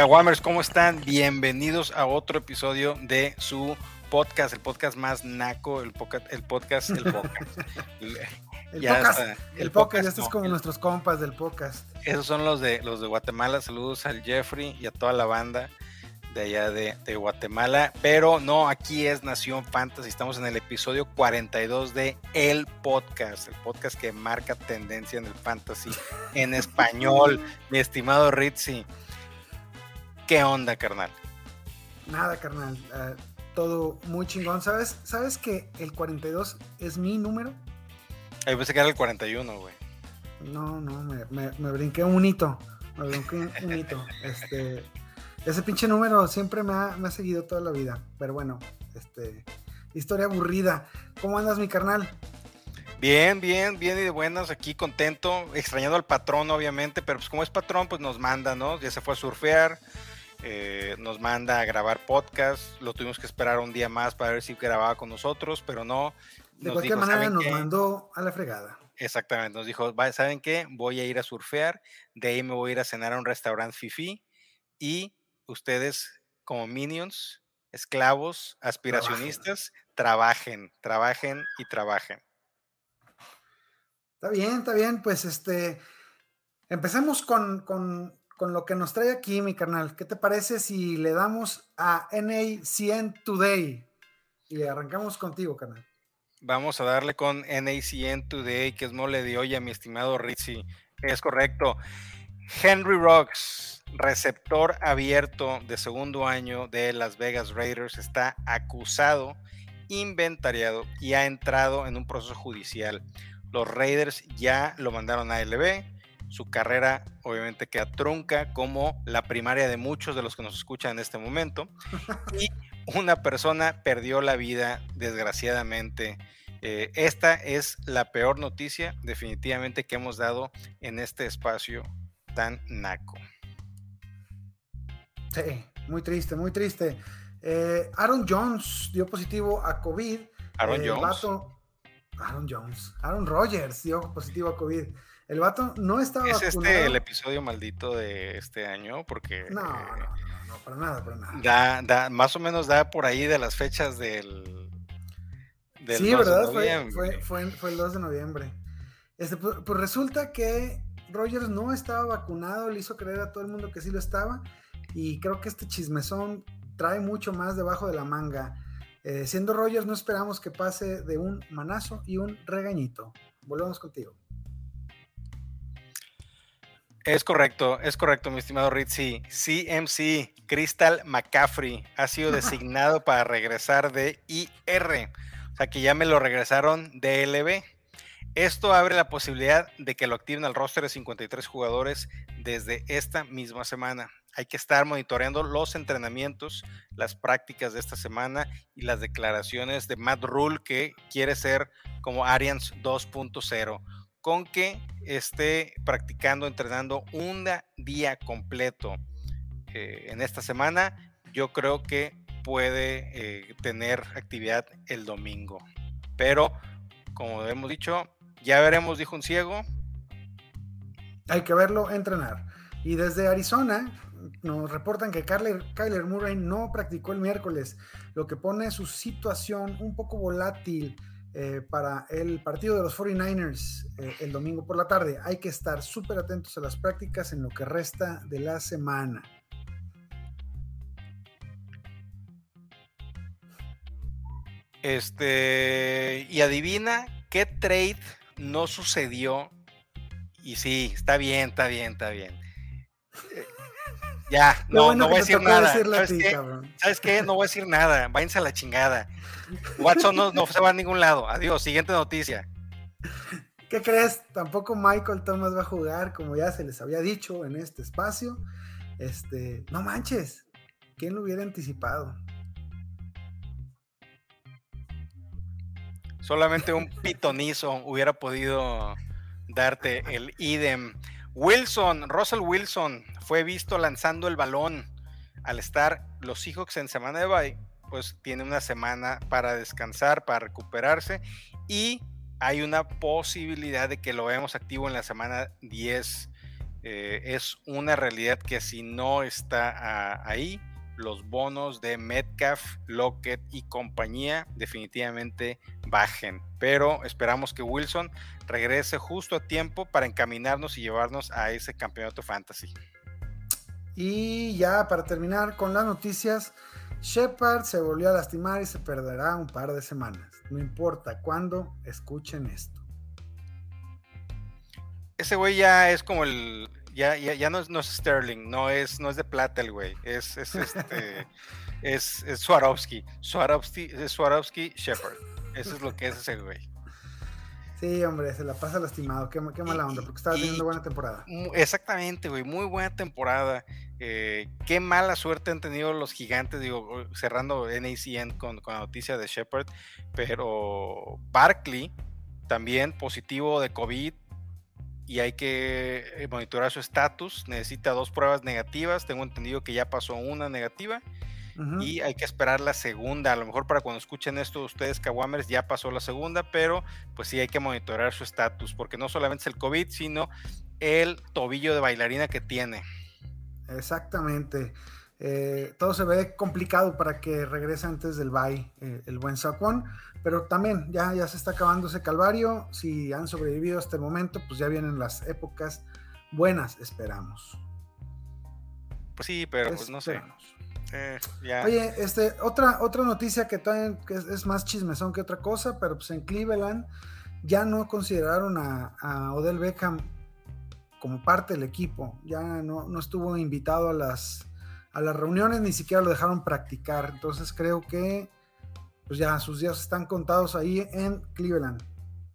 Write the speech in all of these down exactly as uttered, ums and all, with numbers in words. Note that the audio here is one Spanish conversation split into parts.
Kawamers, ¿cómo están? Bienvenidos a otro episodio de su podcast, el podcast más naco, el podcast, el podcast, el podcast. el, el, ya podcast, está, el, el podcast, estos no, como el, nuestros compas del podcast. Esos son los de los de Guatemala. Saludos al Jeffrey y a toda la banda de allá de, de Guatemala. Pero no, aquí es Nación Fantasy. Estamos en el episodio cuarenta y dos de El Podcast, el podcast que marca tendencia en el fantasy en español. Mi estimado Ritzy, ¿qué onda, carnal? Nada, carnal. Uh, todo muy chingón. ¿Sabes? ¿Sabes que el cuarenta y dos es mi número? Ahí pensé que era el cuarenta y uno, güey. No, no, me, me, me brinqué un hito. Me brinqué un hito. Este, ese pinche número siempre me ha, me ha seguido toda la vida. Pero bueno, este, historia aburrida. ¿Cómo andas, mi carnal? Bien, bien, bien y de buenas, aquí contento, extrañando al patrón, obviamente, pero pues como es patrón, pues nos manda, ¿no? Ya se fue a surfear, eh, nos manda a grabar podcast, lo tuvimos que esperar un día más para ver si grababa con nosotros, pero no. De cualquier dijo, manera nos qué? mandó a la fregada. Exactamente, nos dijo, ¿saben qué? Voy a ir a surfear, de ahí me voy a ir a cenar a un restaurante fifí y ustedes como minions, esclavos, aspiracionistas, trabajen, trabajen, trabajen y trabajen. Está bien, está bien, pues este, empecemos con, con, con lo que nos trae aquí, mi carnal. ¿Qué te parece si le damos a N A C N Today y arrancamos contigo, carnal? Vamos a darle con N A C N Today, que es mole de olla, mi estimado Ritzy. Es correcto. Henry Ruggs, receptor abierto de segundo año de Las Vegas Raiders, está acusado, inventariado y ha entrado en un proceso judicial. Los Raiders ya lo mandaron a L B, su carrera obviamente queda trunca como la primaria de muchos de los que nos escuchan en este momento y una persona perdió la vida desgraciadamente. Eh, esta es la peor noticia definitivamente que hemos dado en este espacio tan naco. Sí, muy triste, muy triste. Eh, Aaron Jones dio positivo a COVID. Aaron eh, Jones. Vato, Aaron Jones, Aaron Rodgers dio positivo a COVID. El vato no estaba ¿Es vacunado. este el episodio maldito de este año? Porque no, no, no, no, no, para nada, para nada. Da, da, más o menos da por ahí de las fechas del, del sí, dos ¿verdad? de noviembre. Fue, fue, fue, fue el dos de noviembre. Este, pues, pues resulta que Rodgers no estaba vacunado, le hizo creer a todo el mundo que sí lo estaba, y creo que este chismezón trae mucho más debajo de la manga. Eh, siendo Rodgers, no esperamos que pase de un manazo y un regañito. Volvemos contigo. Es correcto, es correcto, mi estimado Ritzy. C M C, Crystal McCaffrey, ha sido designado para regresar de I R, o sea que ya me lo regresaron de L B. Esto abre la posibilidad de que lo activen al roster de cincuenta y tres jugadores desde esta misma semana. Hay que estar monitoreando los entrenamientos, las prácticas de esta semana y las declaraciones de Matt Rule, que quiere ser como Arians dos punto cero, con que esté practicando, entrenando un día completo eh, en esta semana. Yo creo que puede eh, tener actividad el domingo, pero como hemos dicho, ya veremos, dijo un ciego. Hay que verlo entrenar. Y desde Arizona nos reportan que Kyler, Kyler Murray no practicó el miércoles, lo que pone su situación un poco volátil eh, para el partido de los cuarenta y nueve ers eh, el domingo por la tarde. Hay que estar súper atentos a las prácticas en lo que resta de la semana. Este, y adivina qué trade no sucedió. Y sí, está bien, está bien, está bien. Ya, no, bueno no voy a decir nada. ¿Sabes ti, qué? ¿Sabes qué? No voy a decir nada. Váyanse a la chingada. Watson no, no se va a ningún lado. Adiós, siguiente noticia. ¿Qué crees? Tampoco Michael Thomas va a jugar, como ya se les había dicho en este espacio. Este, no manches. ¿Quién lo hubiera anticipado? Solamente un pitonizo hubiera podido darte el idem. Wilson, Russell Wilson fue visto lanzando el balón. Al estar los Seahawks en semana de bye, pues tiene una semana para descansar, para recuperarse, y hay una posibilidad de que lo veamos activo en la semana diez. eh, es una realidad que si no está a, ahí, los bonos de Metcalf, Lockett y compañía definitivamente bajen, pero esperamos que Wilson regrese justo a tiempo para encaminarnos y llevarnos a ese campeonato fantasy. Y ya para terminar con las noticias, Shepard se volvió a lastimar y se perderá un par de semanas, no importa cuándo escuchen esto. Ese güey ya es como el Ya, ya, ya no, es, no es Sterling, no es, no es de plata el güey, es, es este, es, es Swarovski, Swarovski, es Swarovski Shepard, eso es lo que es ese güey. Sí, hombre, se la pasa lastimado, qué, qué mala onda, porque estaba y, teniendo buena temporada. Exactamente, güey, muy buena temporada, eh, qué mala suerte han tenido los gigantes, digo, cerrando N A C N con, con la noticia de Shepard, pero Barkley también positivo de COVID, y hay que monitorear su estatus, necesita dos pruebas negativas, tengo entendido que ya pasó una negativa, uh-huh. y hay que esperar la segunda, a lo mejor para cuando escuchen esto ustedes Kawamers ya pasó la segunda, pero pues sí hay que monitorear su estatus, porque no solamente es el COVID, sino el tobillo de bailarina que tiene. Exactamente, eh, todo se ve complicado para que regrese antes del bye eh, el buen Saquon, pero también ya, ya se está acabando ese calvario. Si han sobrevivido hasta el momento, pues ya vienen las épocas buenas, esperamos. Pues sí, pero pues no sé. Eh, ya. Oye, este, otra, otra noticia que, también, que es, es más chismezón que otra cosa, pero pues en Cleveland ya no consideraron a, a Odell Beckham como parte del equipo, ya no, no estuvo invitado a las, a las reuniones, ni siquiera lo dejaron practicar, entonces creo que pues ya sus días están contados ahí en Cleveland.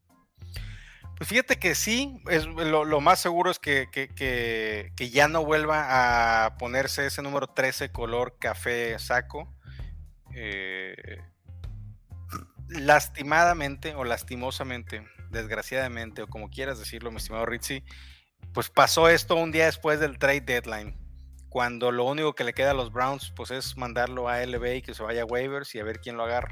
Pues fíjate que sí, es, lo, lo más seguro es que, que, que, que ya no vuelva a ponerse ese número trece color café saco. Eh, lastimadamente o lastimosamente, desgraciadamente, o como quieras decirlo, mi estimado Ritzy, pues pasó esto un día después del trade deadline, cuando lo único que le queda a los Browns pues es mandarlo a L B y que se vaya a waivers y a ver quién lo agarra.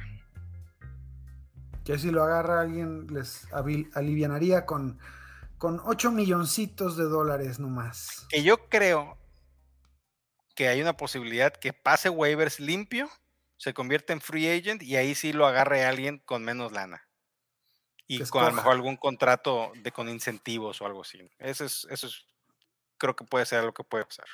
Que si lo agarra alguien les alivianaría con, con ocho milloncitos de dólares nomás. Que yo creo que hay una posibilidad que pase waivers limpio, se convierta en free agent y ahí sí lo agarre alguien con menos lana. Y con a lo mejor algún contrato de con incentivos o algo así. Eso es, eso es, creo que puede ser algo que puede pasar.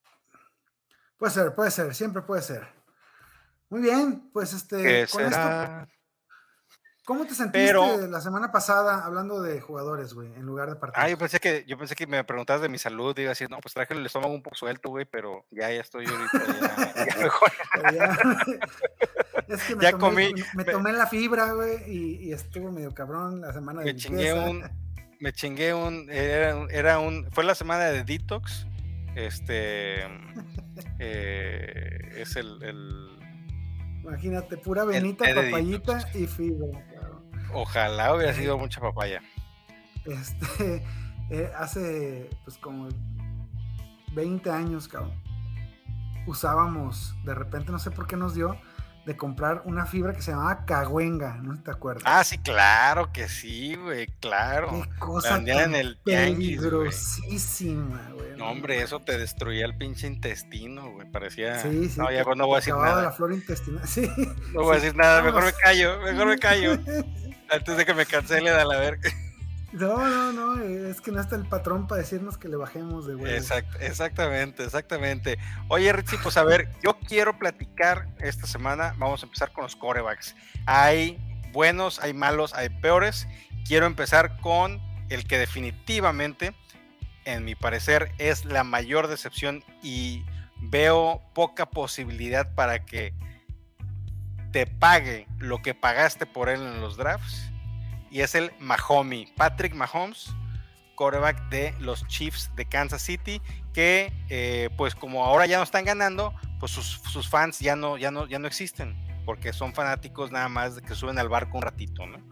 Puede ser, puede ser, siempre puede ser. Muy bien, pues este, con será? esto, ¿cómo te sentiste Pero, la semana pasada hablando de jugadores, güey, en lugar de partidos? Ah, yo pensé que, yo pensé que me preguntabas de mi salud, iba a decir, no, pues traje el estómago un poco suelto, güey, pero ya, ya estoy ahorita, ya, ya mejor. Ya, es que me, ya tomé, comí, me, me tomé la fibra, güey, y, y estuvo medio cabrón la semana de me chingué un, me chingué un era, era un, fue la semana de detox, este, eh, es el, el imagínate, pura venita, papayita y fibra, claro. Ojalá hubiera sido eh, mucha papaya. Este, eh, hace pues como veinte años, cabrón, usábamos, de repente no sé por qué nos dio, de comprar una fibra que se llamaba cahuenga, ¿no te acuerdas? Ah, sí, claro que sí, güey, claro. Qué cosa tan en el peligrosísima, güey. No, hombre, eso te destruía el pinche intestino, güey, parecía... Sí, sí, no, ya no voy a decir nada. La flora intestinal, sí. No voy a decir nada, mejor me callo, mejor me callo. Antes de que me cancele a la verga. No, no, no, es que no está el patrón para decirnos que le bajemos de huevos. Exact, exactamente, exactamente. Oye, Richie, pues a ver, yo quiero platicar esta semana, vamos a empezar con los quarterbacks. Hay buenos, hay malos, hay peores. Quiero empezar con el que definitivamente, en mi parecer, es la mayor decepción y veo poca posibilidad para que te pague lo que pagaste por él en los drafts. Y es el Mahomes, Patrick Mahomes, quarterback de los Chiefs de Kansas City, que eh, pues como ahora ya no están ganando, pues sus, sus fans ya no, ya, no, ya no existen, porque son fanáticos nada más de que suben al barco un ratito, ¿no?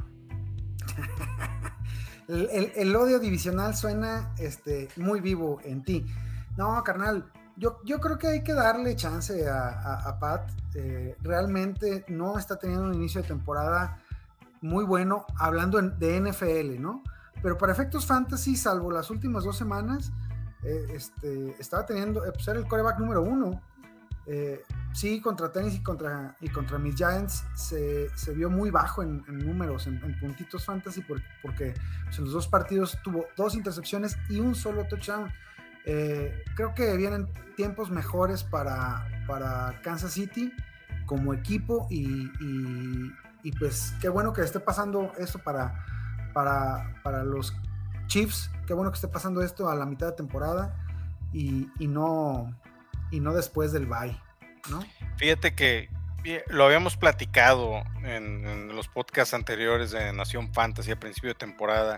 el, el, el odio divisional suena este, muy vivo en ti. No, carnal, yo, yo creo que hay que darle chance a, a, a Pat. Eh, realmente no está teniendo un inicio de temporada muy bueno, hablando de N F L, ¿no? Pero para efectos fantasy, salvo las últimas dos semanas, eh, este, estaba teniendo, eh, pues era el quarterback número uno. Eh, sí, contra Tennessee y contra, y contra mis Giants se, se vio muy bajo en, en números, en, en puntitos fantasy, porque, porque pues, en los dos partidos tuvo dos intercepciones y un solo touchdown. Eh, creo que vienen tiempos mejores para, para Kansas City como equipo y, y, y pues qué bueno que esté pasando esto para, para, para los Chiefs, qué bueno que esté pasando esto a la mitad de temporada y, y no... y no después del bye, ¿no? Fíjate que lo habíamos platicado en, en los podcasts anteriores de Nación Fantasy a principio de temporada,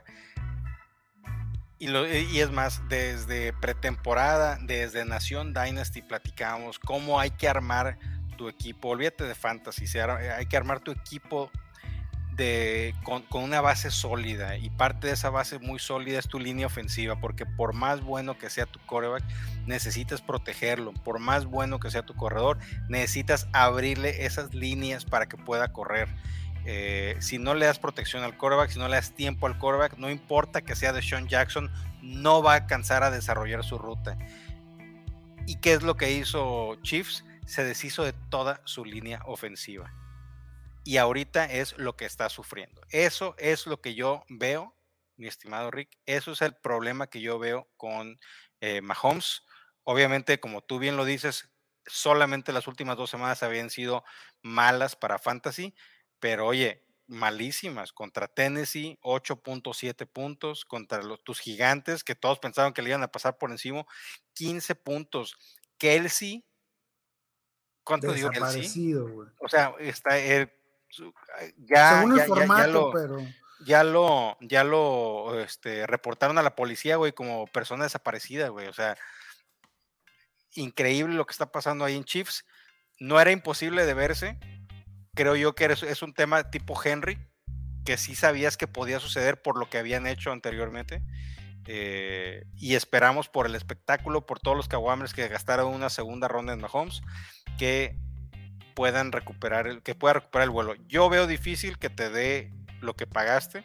y, lo, y es más, desde pretemporada, desde Nación Dynasty platicábamos cómo hay que armar tu equipo, olvídate de Fantasy, se ar- hay que armar tu equipo de, con, con una base sólida, y parte de esa base muy sólida es tu línea ofensiva, porque por más bueno que sea tu quarterback, necesitas protegerlo, por más bueno que sea tu corredor, necesitas abrirle esas líneas para que pueda correr. Eh, si no le das protección al quarterback, si no le das tiempo al quarterback, no importa que sea Deshaun Jackson, no va a alcanzar a desarrollar su ruta. ¿Y qué es lo que hizo Chiefs? Se deshizo de toda su línea ofensiva. Y ahorita es lo que está sufriendo. Eso es lo que yo veo, mi estimado Rick. Eso es el problema que yo veo con eh, Mahomes. Obviamente, como tú bien lo dices, solamente las últimas dos semanas habían sido malas para Fantasy, pero oye, malísimas. Contra Tennessee, ocho punto siete puntos. Contra los, tus gigantes, que todos pensaban que le iban a pasar por encima, quince puntos. Kelsey, ¿cuánto dio Kelsey? Desaparecido, güey. O sea, está... Eh, ya, Según el ya, ya, ya formato, lo, pero... ya lo, ya lo, este, reportaron a la policía, güey, como persona desaparecida, güey. O sea, increíble lo que está pasando ahí en Chiefs. No era imposible de verse. Creo yo que es, es un tema tipo Henry, que sí sabías que podía suceder por lo que habían hecho anteriormente. Eh, y esperamos por el espectáculo, por todos los Kawamers que gastaron una segunda ronda en Mahomes, que puedan recuperar el, que pueda recuperar el vuelo. Yo veo difícil que te dé lo que pagaste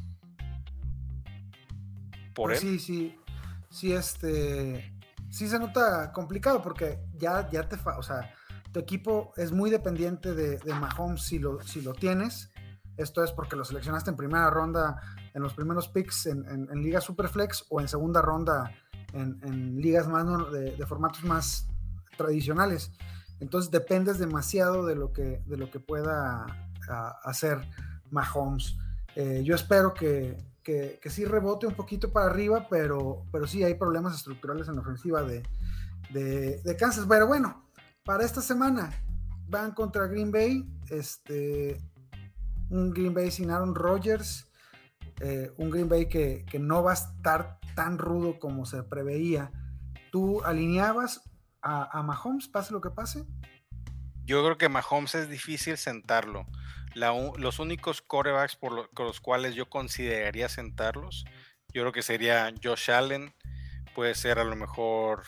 por Pues él. sí, sí, sí, este, sí se nota complicado porque ya, ya te, fa, o sea, tu equipo es muy dependiente de, de Mahomes si lo, si lo tienes. Esto es porque lo seleccionaste en primera ronda en los primeros picks en, en, en Liga Superflex o en segunda ronda en, en ligas más de, de formatos más tradicionales. Entonces dependes demasiado de lo que, de lo que pueda a, hacer Mahomes. Eh, yo espero que, que, que sí rebote un poquito para arriba, pero, pero sí hay problemas estructurales en la ofensiva de, de, de Kansas. Pero bueno, para esta semana van contra Green Bay, este, un Green Bay sin Aaron Rodgers, eh, un Green Bay que, que no va a estar tan rudo como se preveía. ¿Tú alineabas a, a Mahomes, pase lo que pase? Yo creo que Mahomes es difícil sentarlo. La, los únicos quarterbacks por, lo, por los cuales yo consideraría sentarlos, yo creo que sería Josh Allen, puede ser a lo mejor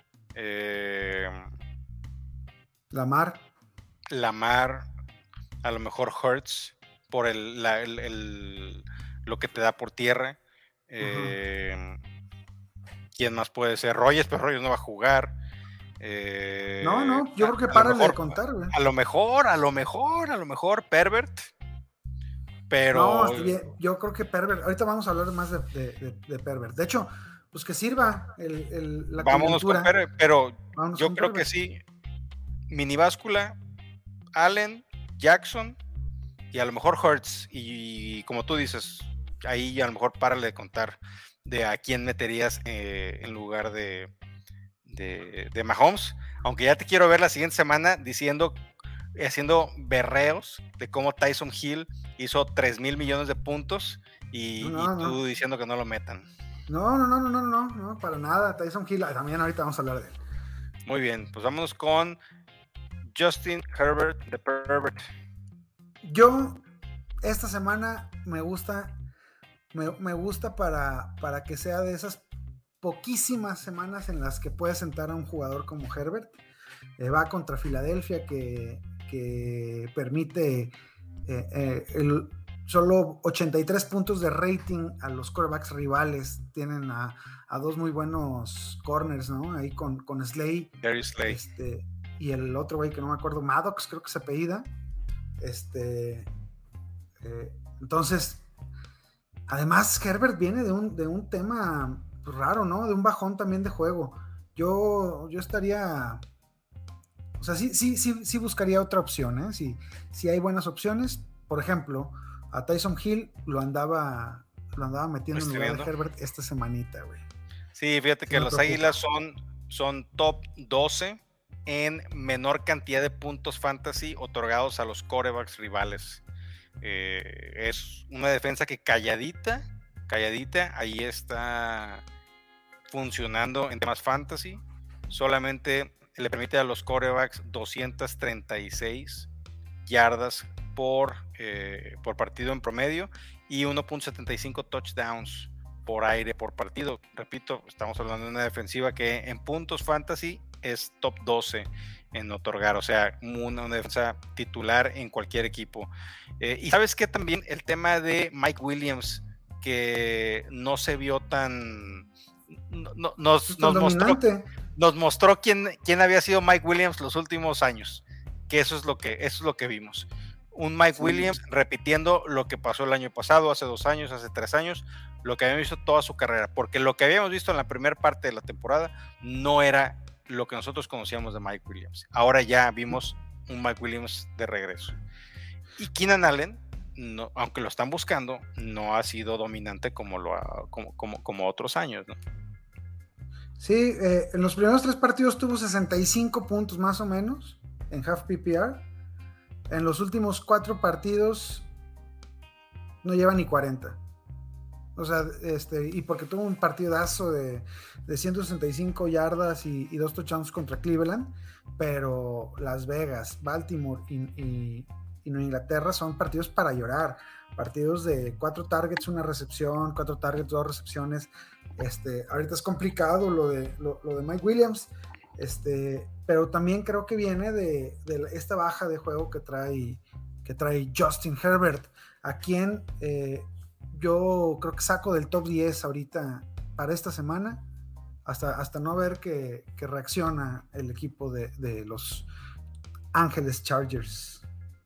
eh, Lamar. Lamar, a lo mejor Hurts, por el, la, el, el, lo que te da por tierra. Eh, uh-huh. ¿Quién más puede ser? Rodgers, pero Rodgers no va a jugar. Eh, no, no, yo creo que para de contar, güey. A lo mejor, a lo mejor, a lo mejor Pervert. Pero. No, yo creo que Pervert. Ahorita vamos a hablar más de, de, de, de Pervert. De hecho, pues que sirva el, el, la Vámonos con Pervert, pero Vámonos yo creo Pervert. que sí. Minibáscula, Allen, Jackson y a lo mejor Hurts. Y, y como tú dices, ahí a lo mejor párale de contar de a quién meterías eh, en lugar de. De, de Mahomes, aunque ya te quiero ver la siguiente semana diciendo, haciendo berreos de cómo Tyson Hill hizo tres mil millones de puntos y, no, no, y tú no. diciendo que no lo metan. No, no, no, no, no, no, no, para nada. Tyson Hill, también ahorita vamos a hablar de él. Muy bien, pues vámonos con Justin Herbert de Pervert. Yo esta semana me gusta, me, me gusta para, para que sea de esas poquísimas semanas en las que puedes sentar a un jugador como Herbert. Eh, va contra Filadelfia que, que permite eh, eh, el solo ochenta y tres puntos de rating a los quarterbacks rivales. Tienen a, a dos muy buenos corners, ¿no? Ahí con, con Slay. Gary Slay. Este, y el otro güey que no me acuerdo, Maddox, creo que se apellida. Este, eh, entonces, además, Herbert viene de un, de un tema raro, ¿no? De un bajón también de juego. Yo, yo estaría... O sea, sí, sí, sí, sí buscaría otra opción, ¿eh? Si, si hay buenas opciones, por ejemplo, a Tyson Hill lo andaba, lo andaba metiendo en lugar de Herbert esta semanita, güey. Sí, fíjate que los Águilas son, son top doce en menor cantidad de puntos fantasy otorgados a los quarterbacks rivales. Eh, es una defensa que calladita, calladita, ahí está funcionando en temas fantasy. Solamente le permite a los quarterbacks doscientas treinta y seis yardas por, eh, por partido en promedio y uno punto setenta y cinco touchdowns por aire por partido. Repito, estamos hablando de una defensiva que en puntos fantasy es top doce en otorgar, o sea, una, una defensa titular en cualquier equipo. Eh, y sabes que también el tema de Mike Williams, que no se vio tan... No, no, nos, nos mostró, nos mostró quién, quién había sido Mike Williams los últimos años, que eso es lo que, eso es lo que vimos. Un Mike sí. Williams repitiendo lo que pasó el año pasado, hace dos años, hace tres años, lo que habíamos visto toda su carrera, porque lo que habíamos visto en la primera parte de la temporada no era lo que nosotros conocíamos de Mike Williams. Ahora ya vimos un Mike Williams de regreso. Y Keenan Allen, no, aunque lo están buscando, no ha sido dominante como, lo ha, como, como, como otros años, ¿no? Sí, eh, en los primeros tres partidos tuvo sesenta y cinco puntos más o menos en half P P R. En los últimos cuatro partidos no lleva ni cuarenta. O sea, este, y porque tuvo un partidazo de, de ciento sesenta y cinco yardas y, y dos touchdowns contra Cleveland, pero Las Vegas, Baltimore y, y, y Nueva Inglaterra son partidos para llorar. Partidos de cuatro targets, una recepción, cuatro targets, dos recepciones. Este, ahorita es complicado lo de, lo, lo de Mike Williams, este, pero también creo que viene de, de esta baja de juego que trae, que trae Justin Herbert, a quien eh, yo creo que saco del top diez ahorita para esta semana, hasta, hasta no ver que, que reacciona el equipo de, de los Ángeles Chargers.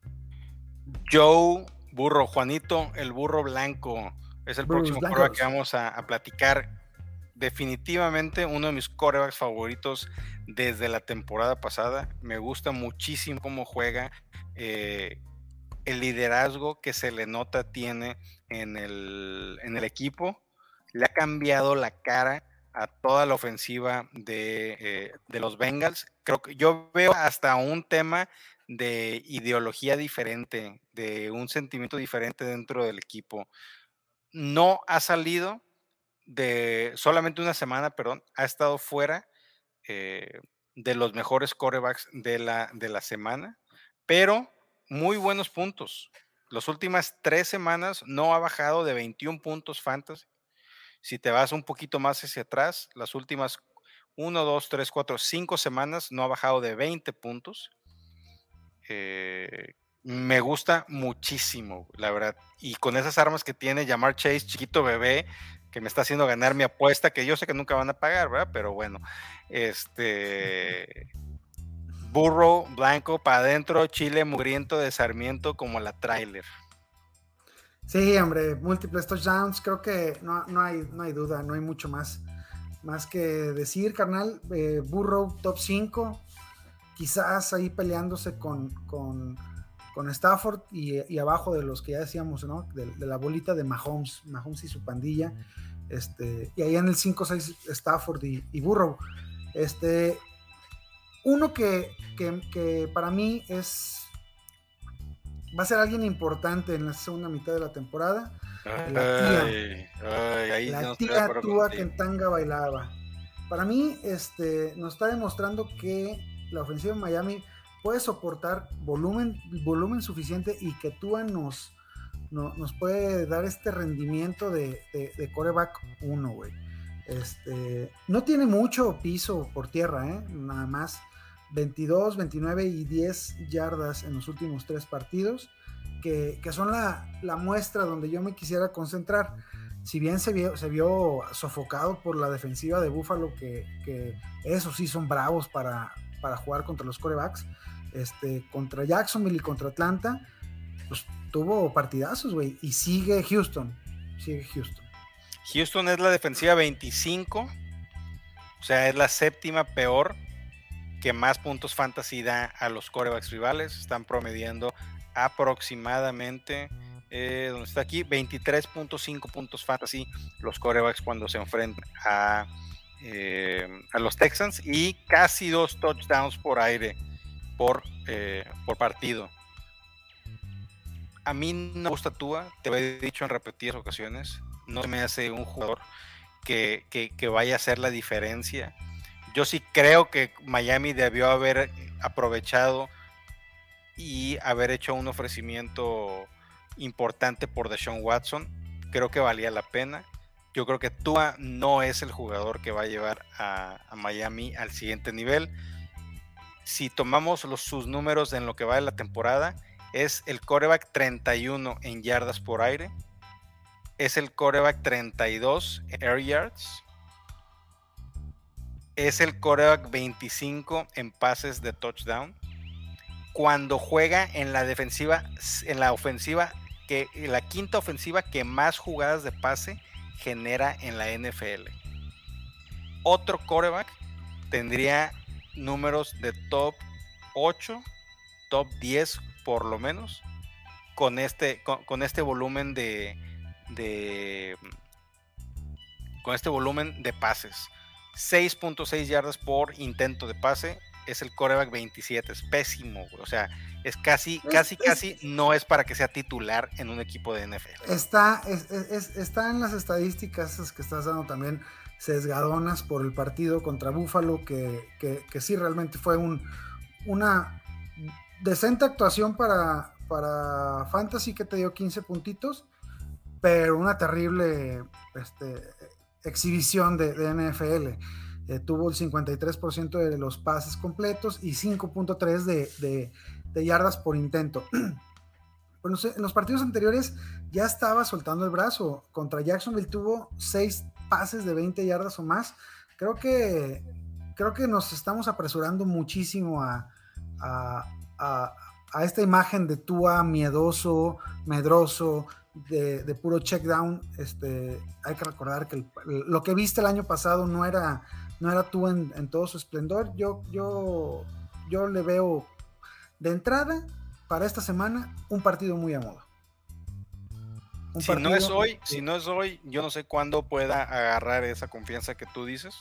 Joe Burro, Juanito, el burro blanco, es el Burros próximo quarterback que vamos a, a platicar. Definitivamente uno de mis quarterbacks favoritos desde la temporada pasada. Me gusta muchísimo cómo juega, eh, el liderazgo que se le nota tiene en el, en el equipo. Le ha cambiado la cara a toda la ofensiva de, eh, de los Bengals. Creo que yo veo hasta un tema de ideología diferente, de un sentimiento diferente dentro del equipo. No ha salido de solamente una semana, perdón, ha estado fuera eh, de los mejores quarterbacks de la, de la semana, pero muy buenos puntos. Las últimas tres semanas no ha bajado de veintiún puntos fantasy. Si te vas un poquito más hacia atrás, las últimas uno, dos, tres, cuatro, cinco semanas no ha bajado de veinte puntos. Eh, me gusta muchísimo, la verdad. Y con esas armas que tiene Ja'Marr Chase, chiquito bebé, que me está haciendo ganar mi apuesta, que yo sé que nunca van a pagar, ¿verdad? Pero bueno, este burro blanco para adentro, chile mugriento de Sarmiento como la trailer. Sí, hombre, múltiples touchdowns, creo que no, no, hay, no hay duda, no hay mucho más, más que decir, carnal. eh, Burrow top cinco, quizás ahí peleándose con, con, con Stafford y, y abajo de los que ya decíamos, ¿no? De, de la bolita de Mahomes, Mahomes y su pandilla, este, y ahí en el cinco seis Stafford y, y Burrow. Este, uno que, que, que para mí es va a ser alguien importante en la segunda mitad de la temporada, ay, la tía, ay, ahí la no tía Tua Kentanga bailaba. Para mí, este, nos está demostrando que la ofensiva de Miami puede soportar volumen, volumen suficiente y que Tua nos, no, nos puede dar este rendimiento de, de, de quarterback uno, güey. Este, no tiene mucho piso por tierra, ¿eh? Nada más veintidós, veintinueve y diez yardas en los últimos tres partidos, que, que son la, la muestra donde yo me quisiera concentrar. Si bien se vio, se vio sofocado por la defensiva de Buffalo, que, que esos sí son bravos para, para jugar contra los quarterbacks, este, contra Jacksonville y contra Atlanta, pues tuvo partidazos, güey, y sigue Houston, sigue Houston. Houston es la defensiva veinticinco, o sea, es la séptima peor que más puntos fantasy da a los quarterbacks rivales. Están promediando aproximadamente, eh, donde está aquí, veintitrés punto cinco puntos fantasy los quarterbacks cuando se enfrentan a, eh, a los Texans, y casi dos touchdowns por aire por, eh, por partido. A mí no me gusta Tua, te lo he dicho en repetidas ocasiones, no se me hace un jugador que, que, que vaya a hacer la diferencia. Yo sí creo que Miami debió haber aprovechado y haber hecho un ofrecimiento importante por Deshaun Watson. Creo que valía la pena. Yo creo que Tua no es el jugador que va a llevar a, a Miami al siguiente nivel. Si tomamos los, sus números en lo que va de la temporada, es el quarterback treinta y uno en yardas por aire, es el quarterback treinta y dos en air yards, es el quarterback veinticinco en pases de touchdown. Cuando juega en la defensiva, en la ofensiva, que la quinta ofensiva que más jugadas de pase genera en la N F L. Otro quarterback tendría números de top ocho, top diez por lo menos, con este, con, con este volumen de, de con este volumen de pases. seis punto seis yardas por intento de pase, es el quarterback veintisiete, es pésimo, o sea, es casi, es, casi, es, casi no es para que sea titular en un equipo de N F L. Está, es, es, está en las estadísticas que estás dando también sesgadonas por el partido contra Buffalo, que, que, que sí realmente fue un, una decente actuación para, para Fantasy, que te dio quince puntitos, pero una terrible este, exhibición de, de N F L. Eh, tuvo el cincuenta y tres por ciento de los pases completos y cinco punto tres de, de, de yardas por intento. Bueno, en los partidos anteriores ya estaba soltando el brazo. Contra Jacksonville tuvo seis pases de veinte yardas o más. Creo que, creo que nos estamos apresurando muchísimo a, a, a, a esta imagen de Tua miedoso, medroso, de, de puro check down. Este, hay que recordar que el, lo que viste el año pasado no era, no era Tua en, en todo su esplendor. Yo, yo, yo le veo de entrada para esta semana un partido muy a modo. Un si no es hoy, si no es hoy, yo no sé cuándo pueda agarrar esa confianza que tú dices.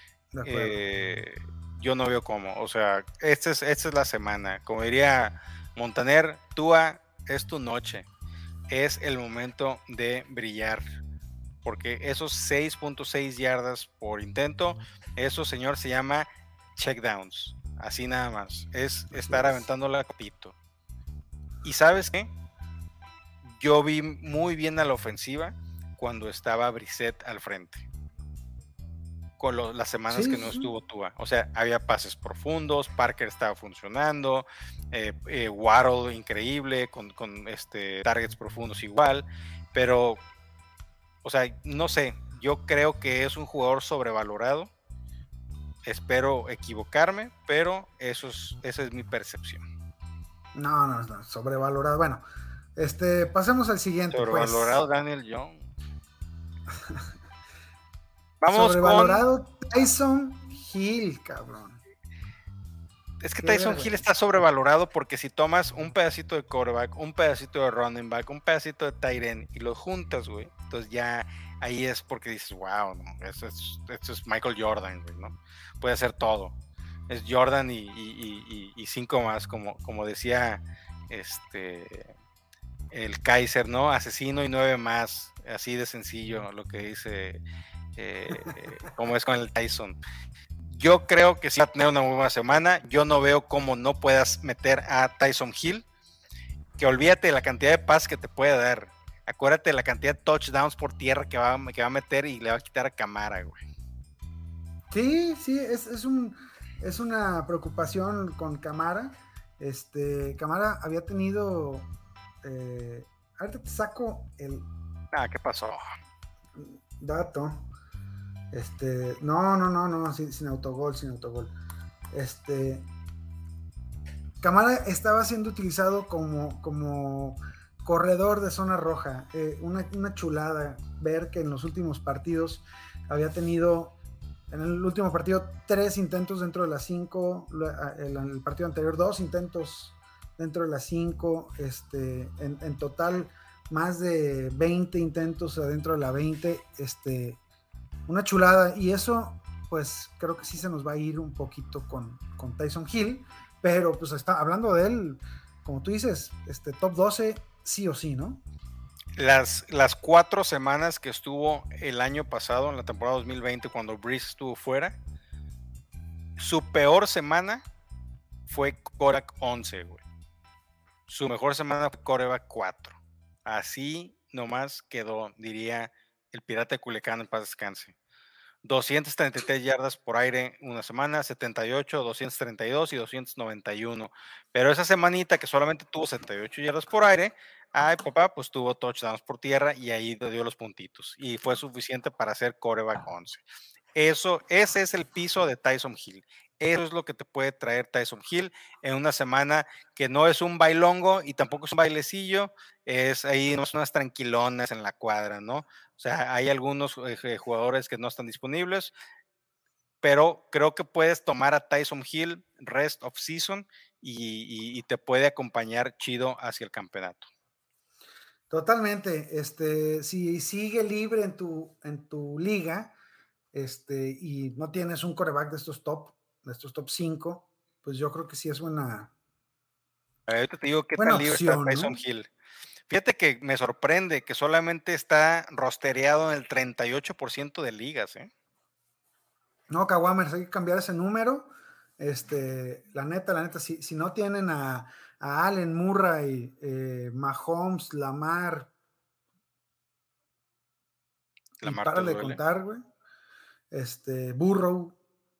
Eh, yo no veo cómo. O sea, esta es, esta es la semana. Como diría Montaner, Tua, es tu noche. Es el momento de brillar. Porque esos seis punto seis yardas por intento, eso, señor, se llama checkdowns. Así nada más. Es estar aventando la capito. ¿Y sabes qué? Yo vi muy bien a la ofensiva cuando estaba Brissett al frente. Con lo, las semanas sí, que no estuvo Tua. O sea, había pases profundos, Parker estaba funcionando, eh, eh, Waddle increíble, con, con este, targets profundos igual. Pero, o sea, no sé, yo creo que es un jugador sobrevalorado. Espero equivocarme, pero eso es, esa es mi percepción. No, no, no, sobrevalorado. Bueno, este, pasemos al siguiente. Sobrevalorado, pues. Daniel Jones. Vamos sobrevalorado con... Tyson Hill, cabrón. Es que Tyson Hill está sobrevalorado porque si tomas un pedacito de quarterback, un pedacito de running back, un pedacito de tight end y los juntas, güey, entonces ya ahí es porque dices, wow, no, eso es, eso es Michael Jordan, güey, ¿no? Puede hacer todo. Es Jordan y, y, y, y cinco más, como, como decía este el Kaiser, ¿no? Asesino y nueve más, así de sencillo lo que dice, eh, como es con el Tyson. Yo creo que sí va a tener una muy buena semana. Yo no veo cómo no puedas meter a Tyson Hill, que olvídate de la cantidad de pases que te puede dar. Acuérdate de la cantidad de touchdowns por tierra que va, que va a meter y le va a quitar a Kamara, güey. Sí, sí, es, es un... Es una preocupación con Kamara. Este, Kamara había tenido Eh, ahorita te saco el... Ah, ¿qué pasó? Dato. Este, no, no, no, no, sin, sin autogol, sin autogol. Este, Kamara estaba siendo utilizado como, como corredor de zona roja. Eh, una, una chulada ver que en los últimos partidos había tenido, en el último partido, tres intentos dentro de las cinco, el, el partido anterior, dos intentos dentro de las cinco, este, en, en total más de veinte intentos adentro de la veinte, este, una chulada, y eso pues creo que sí se nos va a ir un poquito con, con Tyson Hill, pero pues está hablando de él, como tú dices, este top doce sí o sí, ¿no? Las, las cuatro semanas que estuvo el año pasado, en la temporada dos mil veinte, cuando Breeze estuvo fuera, su peor semana fue quarterback once, güey. Su mejor semana fue quarterback cuatro. Así nomás quedó, diría el pirata de Culiacán, en paz descanse. doscientas treinta y tres yardas por aire una semana, setenta y ocho, doscientos treinta y dos y doscientos noventa y uno. Pero esa semanita que solamente tuvo setenta y ocho yardas por aire, ay papá, pues tuvo touchdowns por tierra y ahí le dio los puntitos. Y fue suficiente para hacer quarterback once. Eso, ese es el piso de Tyson Hill. Eso es lo que te puede traer Tyson Hill en una semana que no es un bailongo y tampoco es un bailecillo, es ahí unas tranquilonas en la cuadra, ¿no? O sea, hay algunos eh, jugadores que no están disponibles, pero creo que puedes tomar a Tyson Hill rest of season y, y, y te puede acompañar chido hacia el campeonato. Totalmente. Este, si sigue libre en tu, en tu liga, este, y no tienes un quarterback de estos top, de estos top cinco, pues yo creo que sí es buena. Ahorita te digo qué buena tan libre está opción, Tyson ¿no? Hill. Fíjate que me sorprende que solamente está rostereado en el treinta y ocho por ciento de ligas, ¿eh? No, Kawamers, hay que cambiar ese número. Este, la neta, la neta, si, si no tienen a, a Allen, Murray, eh, Mahomes, Lamar, y Lamar te párale de duele. contar, güey. Este, Burrow,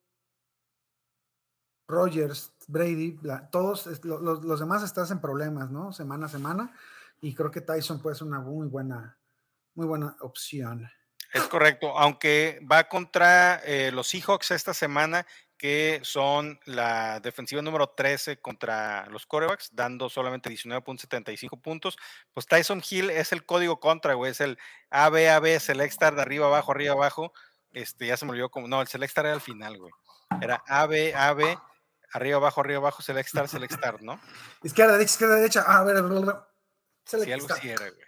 Rodgers, Brady, la, todos los, los demás estás en problemas, ¿no? Semana a semana. Y creo que Tyson puede ser una muy buena, muy buena opción. Es correcto, aunque va contra eh, los Seahawks esta semana, que son la defensiva número trece contra los quarterbacks, dando solamente diecinueve punto setenta y cinco puntos. Pues Tyson Hill es el código contra, güey, es el A B A B, Select Star de arriba abajo, arriba abajo. Este, ya se me olvidó como, no, el Select Star era al final, güey. Era A B A B, arriba abajo, arriba abajo, Select Star, Select Star, ¿no? Izquierda, derecha, izquierda, derecha. Ah, a ver, Si sí, algo sí era, güey.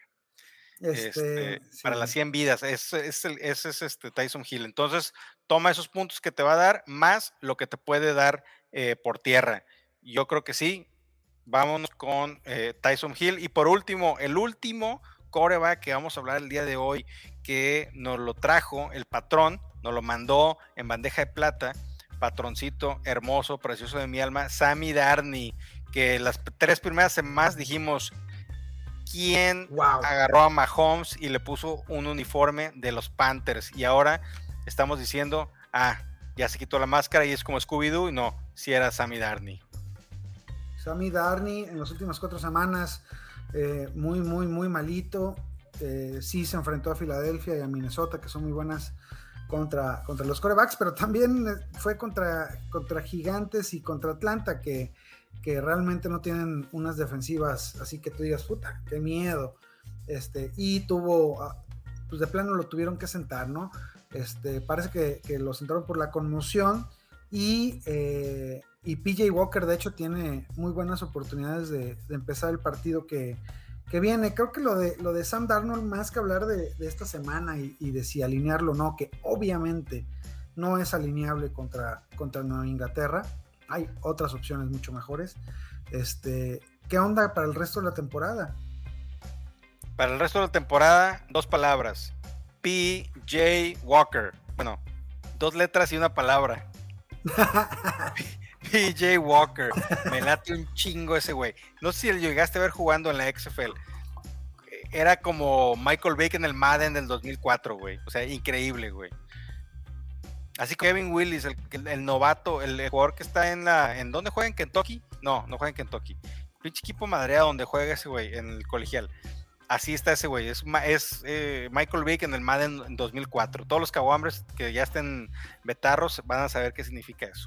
Este, Este, sí. para las cien vidas, ese es, el, ese es este Tyson Hill. Entonces, toma esos puntos que te va a dar, más lo que te puede dar eh, por tierra. Yo creo que sí. Vámonos con eh, Tyson Hill. Y por último, el último quarterback que vamos a hablar el día de hoy, que nos lo trajo el patrón, nos lo mandó en bandeja de plata, patroncito hermoso, precioso de mi alma, Sammy Darney, que las tres primeras semanas dijimos, ¿quién wow. agarró a Mahomes y le puso un uniforme de los Panthers? Y ahora estamos diciendo, ah, ya se quitó la máscara y es como Scooby-Doo. No, si era Sammy Darney. Sammy Darney en las últimas cuatro semanas, eh, muy, muy, muy malito. Eh, sí se enfrentó a Filadelfia y a Minnesota, que son muy buenas contra, contra los quarterbacks, pero también fue contra, contra Gigantes y contra Atlanta, que que realmente no tienen unas defensivas, así que tú digas, puta, qué miedo, este, y tuvo, pues de plano lo tuvieron que sentar, ¿no? Este, parece que, que lo sentaron por la conmoción, y, eh, y P J Walker, de hecho, tiene muy buenas oportunidades de, de empezar el partido que, que viene. Creo que lo de, lo de Sam Darnold, más que hablar de, de esta semana y, y de si alinearlo o no, que obviamente no es alineable contra, contra Nueva Inglaterra, hay otras opciones mucho mejores. Este, ¿qué onda para el resto de la temporada? Para el resto de la temporada, dos palabras. P J Walker. Bueno, dos letras y una palabra. P J Walker. Me late un chingo ese güey. No sé si lo llegaste a ver jugando en la X F L. Era como Michael Vick en el Madden del dos mil cuatro, güey. O sea, increíble, güey. Así que Kevin Willis, el, el, el novato, el jugador que está en la... ¿En dónde juega? ¿En Kentucky? No, no juega en Kentucky. pinche equipo madreado donde juega ese güey, en el colegial. Así está ese güey, es, es eh, Michael Vick en el Madden en dos mil cuatro. Todos los caguambres que ya estén betarros van a saber qué significa eso.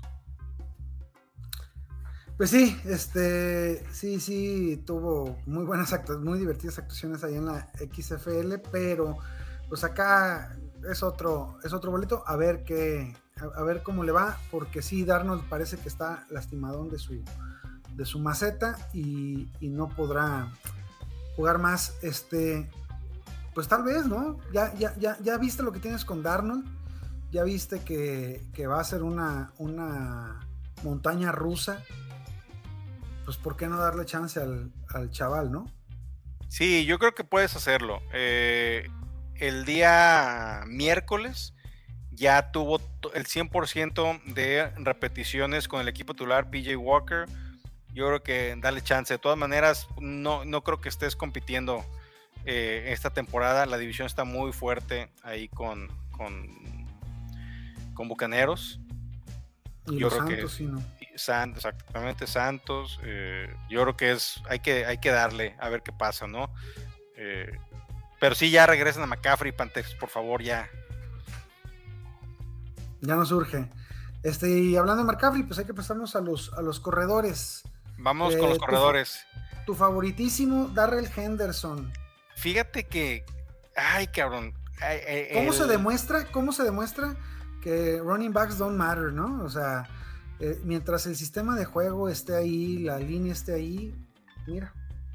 Pues sí, este, sí, sí, tuvo muy buenas actuaciones, muy divertidas actuaciones ahí en la X F L, pero pues acá es otro, es otro boleto, a ver qué, a, a ver cómo le va, porque sí, Darnold parece que está lastimadón de su, de su maceta y, y no podrá jugar más, este, pues tal vez, ¿no? Ya, ya, ya, ya viste lo que tienes con Darnold, ya viste que, que va a ser una, una montaña rusa. Pues ¿por qué no darle chance al, al chaval, no? Sí, yo creo que puedes hacerlo. Eh, el día miércoles ya tuvo el cien por ciento de repeticiones con el equipo titular P J Walker. Yo creo que dale chance. De todas maneras, no, no creo que estés compitiendo eh, esta temporada. La división está muy fuerte ahí con, con, con Bucaneros. Y yo los creo Santos, que sí, ¿no? Santos, exactamente, Santos. Eh, yo creo que es, hay que, hay que darle a ver qué pasa, ¿no? Eh, pero sí, ya regresen a McCaffrey y Pantex, por favor, ya. Ya nos urge. Este, y hablando de McCaffrey, pues hay que pasarnos a los, a los corredores. Vamos eh, con los tu, corredores. Tu favoritísimo, Darrell Henderson. Fíjate que, ay, cabrón. Ay, ay, ¿Cómo el... se demuestra? ¿Cómo se demuestra que running backs don't matter, ¿no? O sea, eh, mientras el sistema de juego esté ahí, la línea esté ahí, mira.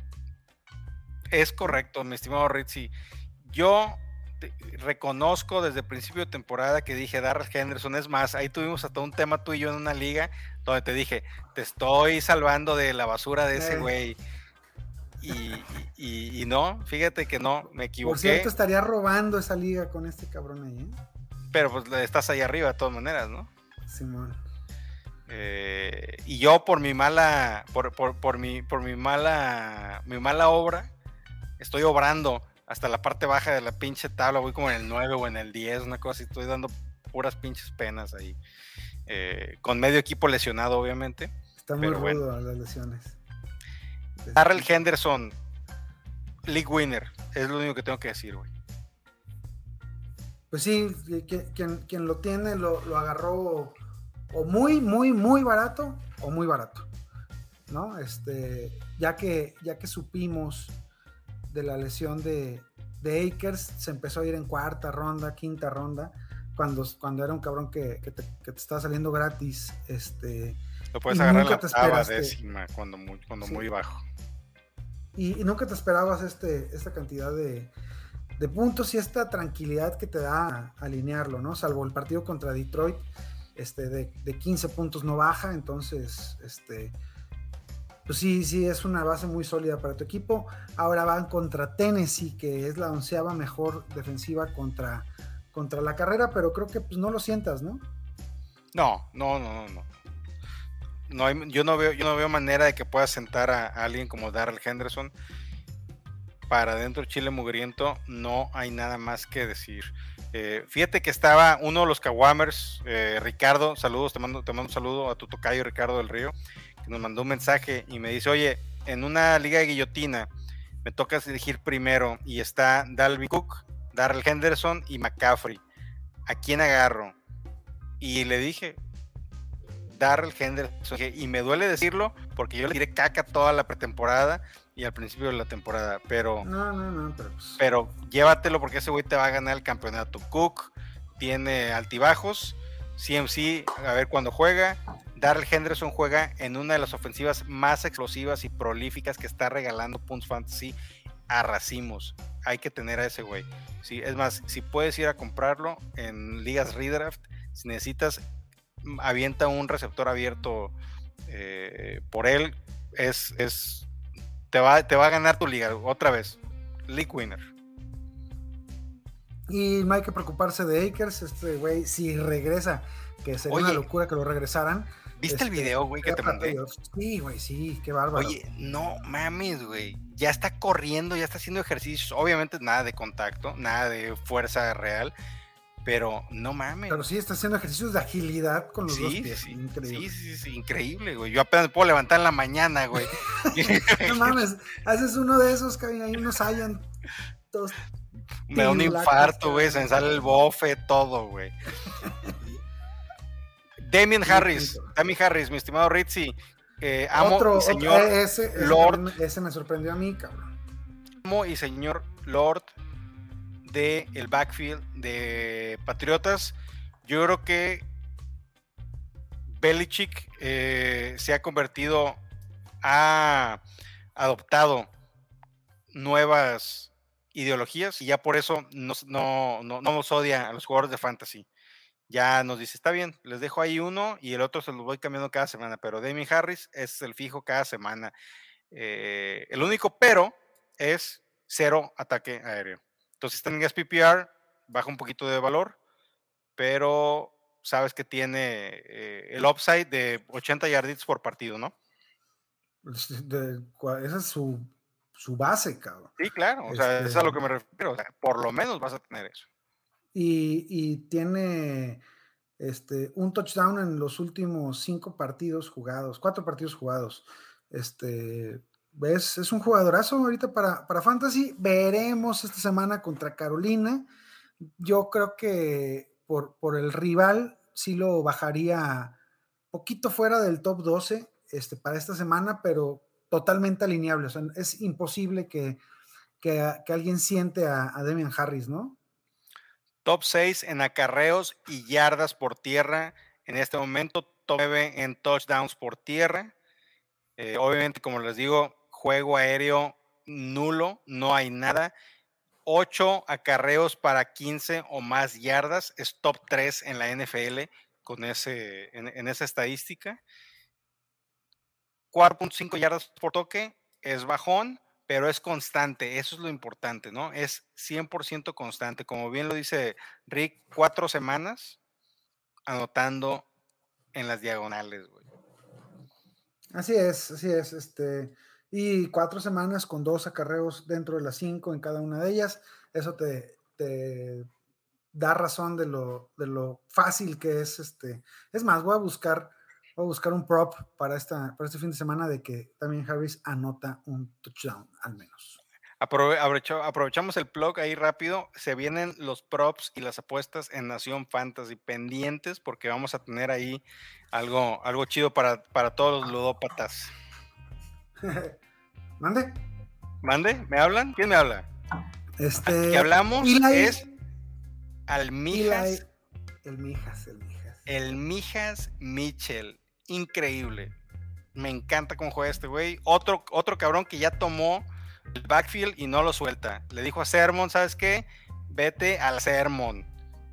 Es correcto, mi estimado Ritzy. Yo te, reconozco desde el principio de temporada que dije Darrell Henderson. Es más, ahí tuvimos hasta un tema tú y yo en una liga donde te dije, te estoy salvando de la basura de ese güey. Eh. Y, y, y no, fíjate que no, me equivoqué. Por cierto, estaría robando esa liga con este cabrón ahí, ¿eh? Pero pues estás ahí arriba de todas maneras, ¿no? Simón. Eh, y yo por mi mala, por, por, por mi, por mi mala, mi mala obra, estoy obrando hasta la parte baja de la pinche tabla, voy como en el nueve o en el diez, una cosa así, estoy dando puras pinches penas ahí. Eh, con medio equipo lesionado, obviamente. Está muy rudo bueno. Las lesiones. Darrell Henderson, League Winner, es lo único que tengo que decir, güey. Pues sí, quien, quien lo tiene lo, lo agarró o muy, muy, muy barato o muy barato, ¿no? Este, ya que, ya que supimos de la lesión de, de Akers, se empezó a ir en cuarta ronda, quinta ronda, cuando, cuando era un cabrón que, que, te, que te estaba saliendo gratis. Este, lo puedes agarrar en la octava décima, cuando, muy, cuando sí. muy bajo. Y, y nunca te esperabas este, esta cantidad de, de puntos y esta tranquilidad que te da alinearlo, ¿no? Salvo el partido contra Detroit, este, de, de quince puntos no baja, entonces, este, pues sí, sí, es una base muy sólida para tu equipo. Ahora van contra Tennessee, que es la onceava mejor defensiva contra, contra la carrera, pero creo que pues no lo sientas, ¿no? No, no, no, no. No hay, yo, no veo, yo no veo manera de que puedas sentar a, a alguien como Darrell Henderson. Para dentro Chile Mugriento no hay nada más que decir. Eh, fíjate que estaba uno de los Caguamers, eh, Ricardo, saludos, te mando, te mando un saludo a tu tocayo Ricardo del Río, que nos mandó un mensaje y me dice, oye, en una liga de guillotina me toca elegir primero y está Dalvin Cook, Darrell Henderson y McCaffrey. ¿A quién agarro? Y le dije, Darrell Henderson, y me duele decirlo porque yo le tiré caca toda la pretemporada y al principio de la temporada, pero no, no, no, pero, pues... pero llévatelo porque ese güey te va a ganar el campeonato. Cook tiene altibajos, C M C a ver cuándo juega, Darrell Henderson juega en una de las ofensivas más explosivas y prolíficas que está regalando puntos fantasy a racimos. Hay que tener a ese güey. Sí, es más, si puedes ir a comprarlo en ligas redraft, si necesitas, avienta un receptor abierto eh, por él, es, es te va, te va a ganar tu liga otra vez. League winner. Y no hay que preocuparse de Akers, este güey, si regresa, que sería Oye, una locura que lo regresaran. ¿Viste este, el video, güey, que te mandé? Sí, güey, sí, qué bárbaro. Oye, no mames, güey. Ya está corriendo, ya está haciendo ejercicios. Obviamente nada de contacto, nada de fuerza real. pero no mames. Pero sí está haciendo ejercicios de agilidad con los sí, dos pies. Sí, increíble. Sí, sí, sí, increíble, güey. Yo apenas puedo levantar en la mañana, güey. No mames, haces uno de esos, Kevin, hay unos Saiyan todos. Me da un infarto, güey, se me sale el bofe, todo, güey. Damien Harris, Damien Harris, mi estimado Ritzy, eh, amo otro, y señor otro, ese, ese Lord. Me, ese me sorprendió a mí, cabrón. Amo y señor Lord de el backfield de Patriotas. Yo creo que Belichick eh, se ha convertido, ha adoptado nuevas ideologías y ya por eso nos, no, no, no nos odia a los jugadores de fantasy. Ya nos dice, está bien, les dejo ahí uno y el otro se los voy cambiando cada semana, pero Damien Harris es el fijo cada semana. Eh, el único pero es cero ataque aéreo. Entonces, si están en P P R, baja un poquito de valor, pero sabes que tiene eh, el upside de ochenta yarditos por partido, ¿no? De, esa es su, su base, cabrón. Sí, claro, o este... sea, eso es a lo que me refiero, o sea, por lo menos vas a tener eso. Y, y tiene este, un touchdown en los últimos cinco partidos jugados, cuatro partidos jugados. Este, ¿ves? Es un jugadorazo ahorita para, para Fantasy. Veremos esta semana contra Carolina. Yo creo que por, por el rival sí lo bajaría poquito fuera del top doce este, para esta semana, pero totalmente alineable. O sea, es imposible que, que, que alguien siente a, a Damien Harris, ¿no? Top seis en acarreos y yardas por tierra en este momento, top nueve en touchdowns por tierra. Eh, obviamente, como les digo, juego aéreo nulo, no hay nada. ocho acarreos para quince o más yardas, es top tres en la N F L con ese, en, en esa estadística. cuatro punto cinco yardas por toque, es bajón, pero es constante, eso es lo importante, ¿no? Es cien por ciento constante, como bien lo dice Rick, cuatro semanas anotando en las diagonales, güey. Así es, así es, este, y cuatro semanas con dos acarreos dentro de las cinco en cada una de ellas, eso te, te da razón de lo, de lo fácil que es, este, es más, voy a buscar, voy a buscar un prop para, esta, para este fin de semana de que también Harris anota un touchdown, al menos. Aprovecho, aprovechamos el plug ahí rápido, se vienen los props y las apuestas en Nación Fantasy pendientes porque vamos a tener ahí algo, algo chido para, para todos los ludópatas. ¿Mande? ¿Mande? ¿Me hablan? ¿Quién me habla? Este, que hablamos Eli, es al Mijas. Eli, el Mijas, el Mijas. El Mijas Mitchell, increíble. Me encanta cómo juega este güey. Otro, otro cabrón que ya tomó el backfield y no lo suelta. Le dijo a Sermon, ¿sabes qué? Vete al Sermon.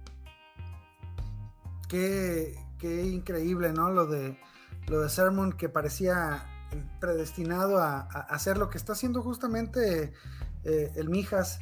Qué, qué increíble, ¿no? Lo de, lo de Sermon, que parecía predestinado a, a hacer lo que está haciendo justamente eh, el Mijas.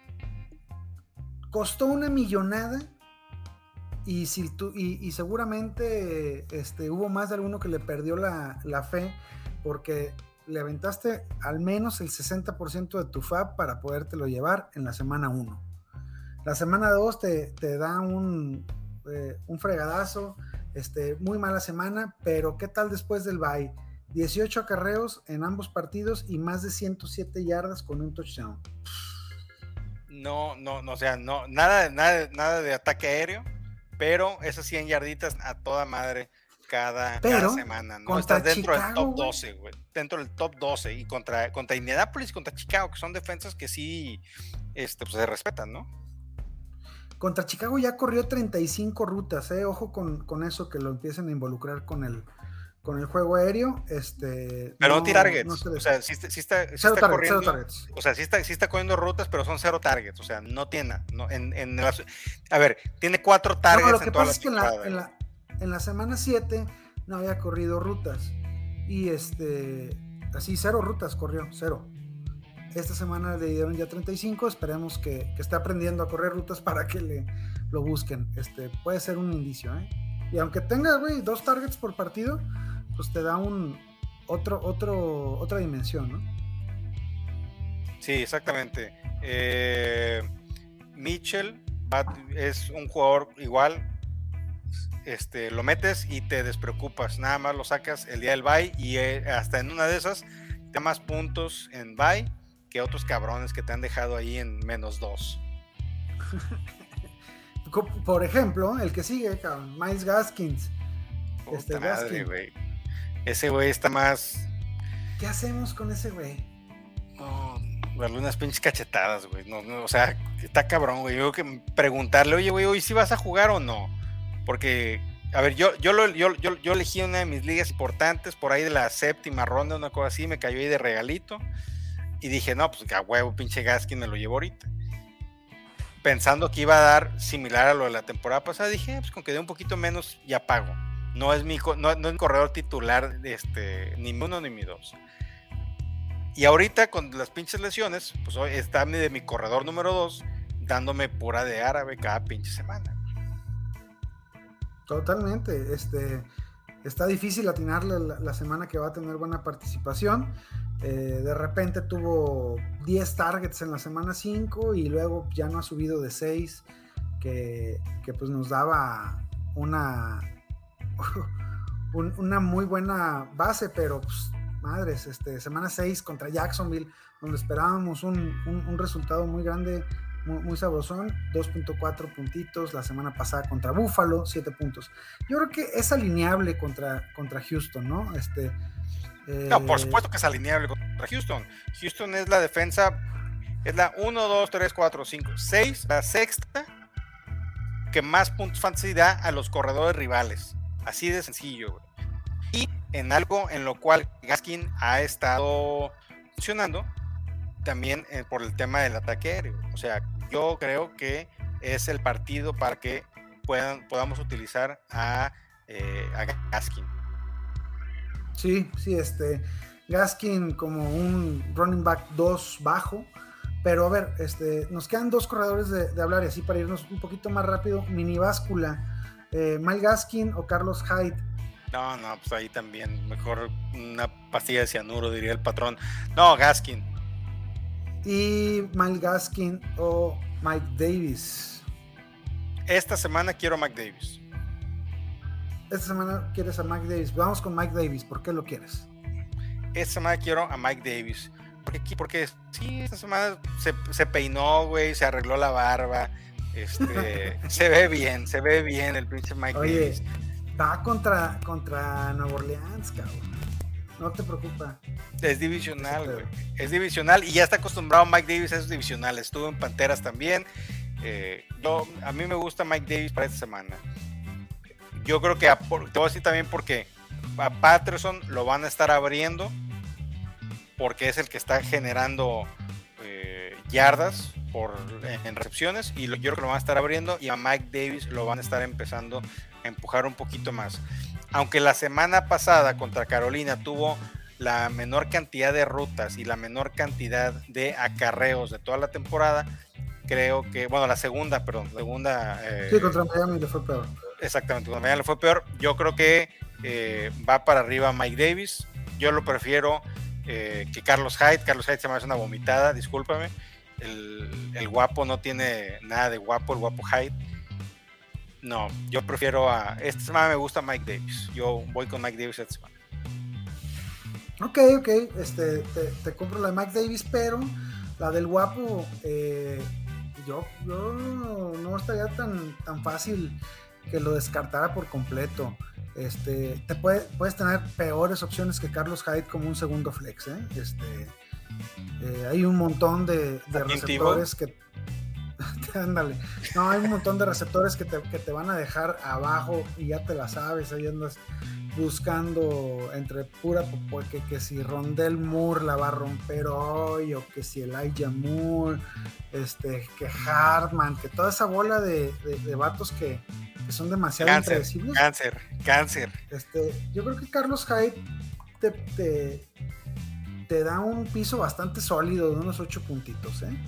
Costó una millonada y, si tú, y, y seguramente este, hubo más de alguno que le perdió la, la fe porque le aventaste al menos el sesenta por ciento de tu F A B para podértelo llevar en la semana uno. La semana dos te, te da un, eh, un fregadazo, este, muy mala semana, pero ¿qué tal después del bye? dieciocho acarreos en ambos partidos y más de ciento siete yardas con un touchdown. No, no, no, o sea, no, nada, nada, nada de ataque aéreo, pero esas cien yarditas a toda madre cada, pero, cada semana, ¿no? Estás dentro Chicago, del top doce, güey, dentro del top doce, y contra, contra Indianapolis y contra Chicago, que son defensas que sí este, pues, se respetan, ¿no? Contra Chicago ya corrió treinta y cinco rutas, eh, ojo con, con eso, que lo empiecen a involucrar con el, con el juego aéreo, este, pero no, no targets, no o sea, sí, sí está, sí cero está targets, corriendo, cero targets. O sea, sí está, sí está corriendo rutas, pero son cero targets, o sea, no tiene, no, en, en la, a ver, tiene cuatro targets. No, lo que en toda pasa la es que en la, en, la, en la semana siete no había corrido rutas, y este, así cero rutas corrió, cero. Esta semana le dieron ya treinta y cinco, esperemos que, que esté aprendiendo a correr rutas para que le lo busquen, este, puede ser un indicio, ¿eh? Y aunque tenga, güey, dos targets por partido, pues te da un otro, otro, otra dimensión, ¿no? Sí, exactamente. Eh, Mitchell, va, es un jugador igual, este, lo metes y te despreocupas, nada más lo sacas el día del bye y eh, hasta en una de esas te da más puntos en bye que otros cabrones que te han dejado ahí en menos dos. Por ejemplo, el que sigue, cabrón, Myles Gaskins. Puta este madre, güey. Ese güey está más... ¿Qué hacemos con ese güey? No, darle unas pinches cachetadas, güey. No, no, o sea, está cabrón, güey. Yo tengo que preguntarle, oye, güey, ¿hoy sí vas a jugar o no? Porque, a ver, yo, yo, lo, yo, yo, yo elegí una de mis ligas importantes por ahí de la séptima ronda, una cosa así, me cayó ahí de regalito. Y dije, no, pues a huevo, pinche Gaskin me lo llevo ahorita. Pensando que iba a dar similar a lo de la temporada pasada, dije, pues con que dé un poquito menos, ya pago. No es mi, no, no es mi corredor titular, este, ni mi uno ni mi dos. Y ahorita con las pinches lesiones, pues hoy está de mi corredor número dos, dándome pura de árabe cada pinche semana. Totalmente, este, está difícil atinarle la, la semana que va a tener buena participación. Eh, de repente tuvo diez targets en la semana cinco y luego ya no ha subido de seis, que, que pues nos daba una, un, una muy buena base, pero pues, madres, este, semana seis contra Jacksonville, donde esperábamos un, un, un resultado muy grande, muy, muy sabrosón, dos punto cuatro puntitos, la semana pasada contra Buffalo, siete puntos. Yo creo que es alineable contra, contra Houston, ¿no? Este, eh... No, por supuesto que es alineable contra Houston. Houston es la defensa, es la uno, dos, tres, cuatro, cinco, seis, la sexta que más puntos fantasy da a los corredores rivales. Así de sencillo, güey. Y en algo en lo cual Gaskin ha estado funcionando, también eh, por el tema del ataque aéreo. O sea, yo creo que es el partido para que puedan, podamos utilizar a, eh, a Gaskin. Sí, sí, este Gaskin como un running back dos bajo, pero a ver, este, nos quedan dos corredores de, de hablar y así para irnos un poquito más rápido, mini báscula, eh, Myles Gaskin o Carlos Hyde. No, no, pues ahí también, mejor una pastilla de cianuro, diría el patrón. No, Gaskin. Y Myles Gaskin o Mike Davis. Esta semana quiero a Mike Davis. Esta semana quieres a Mike Davis. Vamos con Mike Davis. ¿Por qué lo quieres? Esta semana quiero a Mike Davis. Porque, porque sí, esta semana se, se peinó, güey, se arregló la barba. Este, se ve bien, se ve bien el pinche Mike Oye, Davis. Va contra, contra Nueva Orleans, cabrón. No te preocupa. Es divisional, güey. Es divisional y ya está acostumbrado Mike Davis a esos divisionales. Estuvo en Panteras también. Eh, yo, a mí me gusta Mike Davis para esta semana. Yo creo que, a, te voy a decir también porque a Patterson lo van a estar abriendo porque es el que está generando eh, yardas por, en, en recepciones y lo, yo creo que lo van a estar abriendo y a Mike Davis lo van a estar empezando a empujar un poquito más. Aunque la semana pasada contra Carolina tuvo la menor cantidad de rutas y la menor cantidad de acarreos de toda la temporada, creo que, bueno, la segunda, perdón, la segunda... Eh, sí, contra Miami le fue peor. Exactamente, contra Miami le fue peor. Yo creo que eh, va para arriba Mike Davis. Yo lo prefiero eh, que Carlos Hyde. Carlos Hyde se me hace una vomitada, discúlpame. El, el guapo no tiene nada de guapo, el guapo Hyde. No, yo prefiero a... Esta semana me gusta Mike Davis. Yo voy con Mike Davis esta semana. Ok, ok, este, te, te compro la de Mike Davis, pero la del guapo, eh, yo, yo no estaría tan, tan fácil que lo descartara por completo. Este, te puede, puedes tener peores opciones que Carlos Hyde como un segundo flex, ¿eh? Este, eh, hay un montón de, de receptores que... Ándale. No, hay un montón de receptores que te, que te van a dejar abajo y ya te la sabes, ahí andas buscando entre pura porque que si Rondell Moore la va a romper hoy o que si Elijah Moore, este, que Hartman, que toda esa bola de, de, de vatos que, que son demasiado cáncer, impredecibles. Cáncer, cáncer. Este, yo creo que Carlos Hyde te, te, te da un piso bastante sólido de unos ocho puntitos, ¿eh?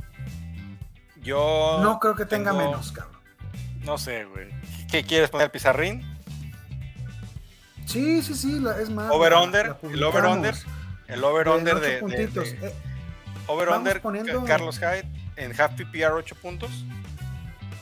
Yo no creo que tenga tengo, menos, cabrón. No sé, güey. ¿Qué quieres poner el pizarrín? Sí, sí, sí, la, es más. Over-under, el over-under, el over-under de, de, puntitos. de, eh, over-under poniendo... Carlos Hyde en half P P R ocho puntos.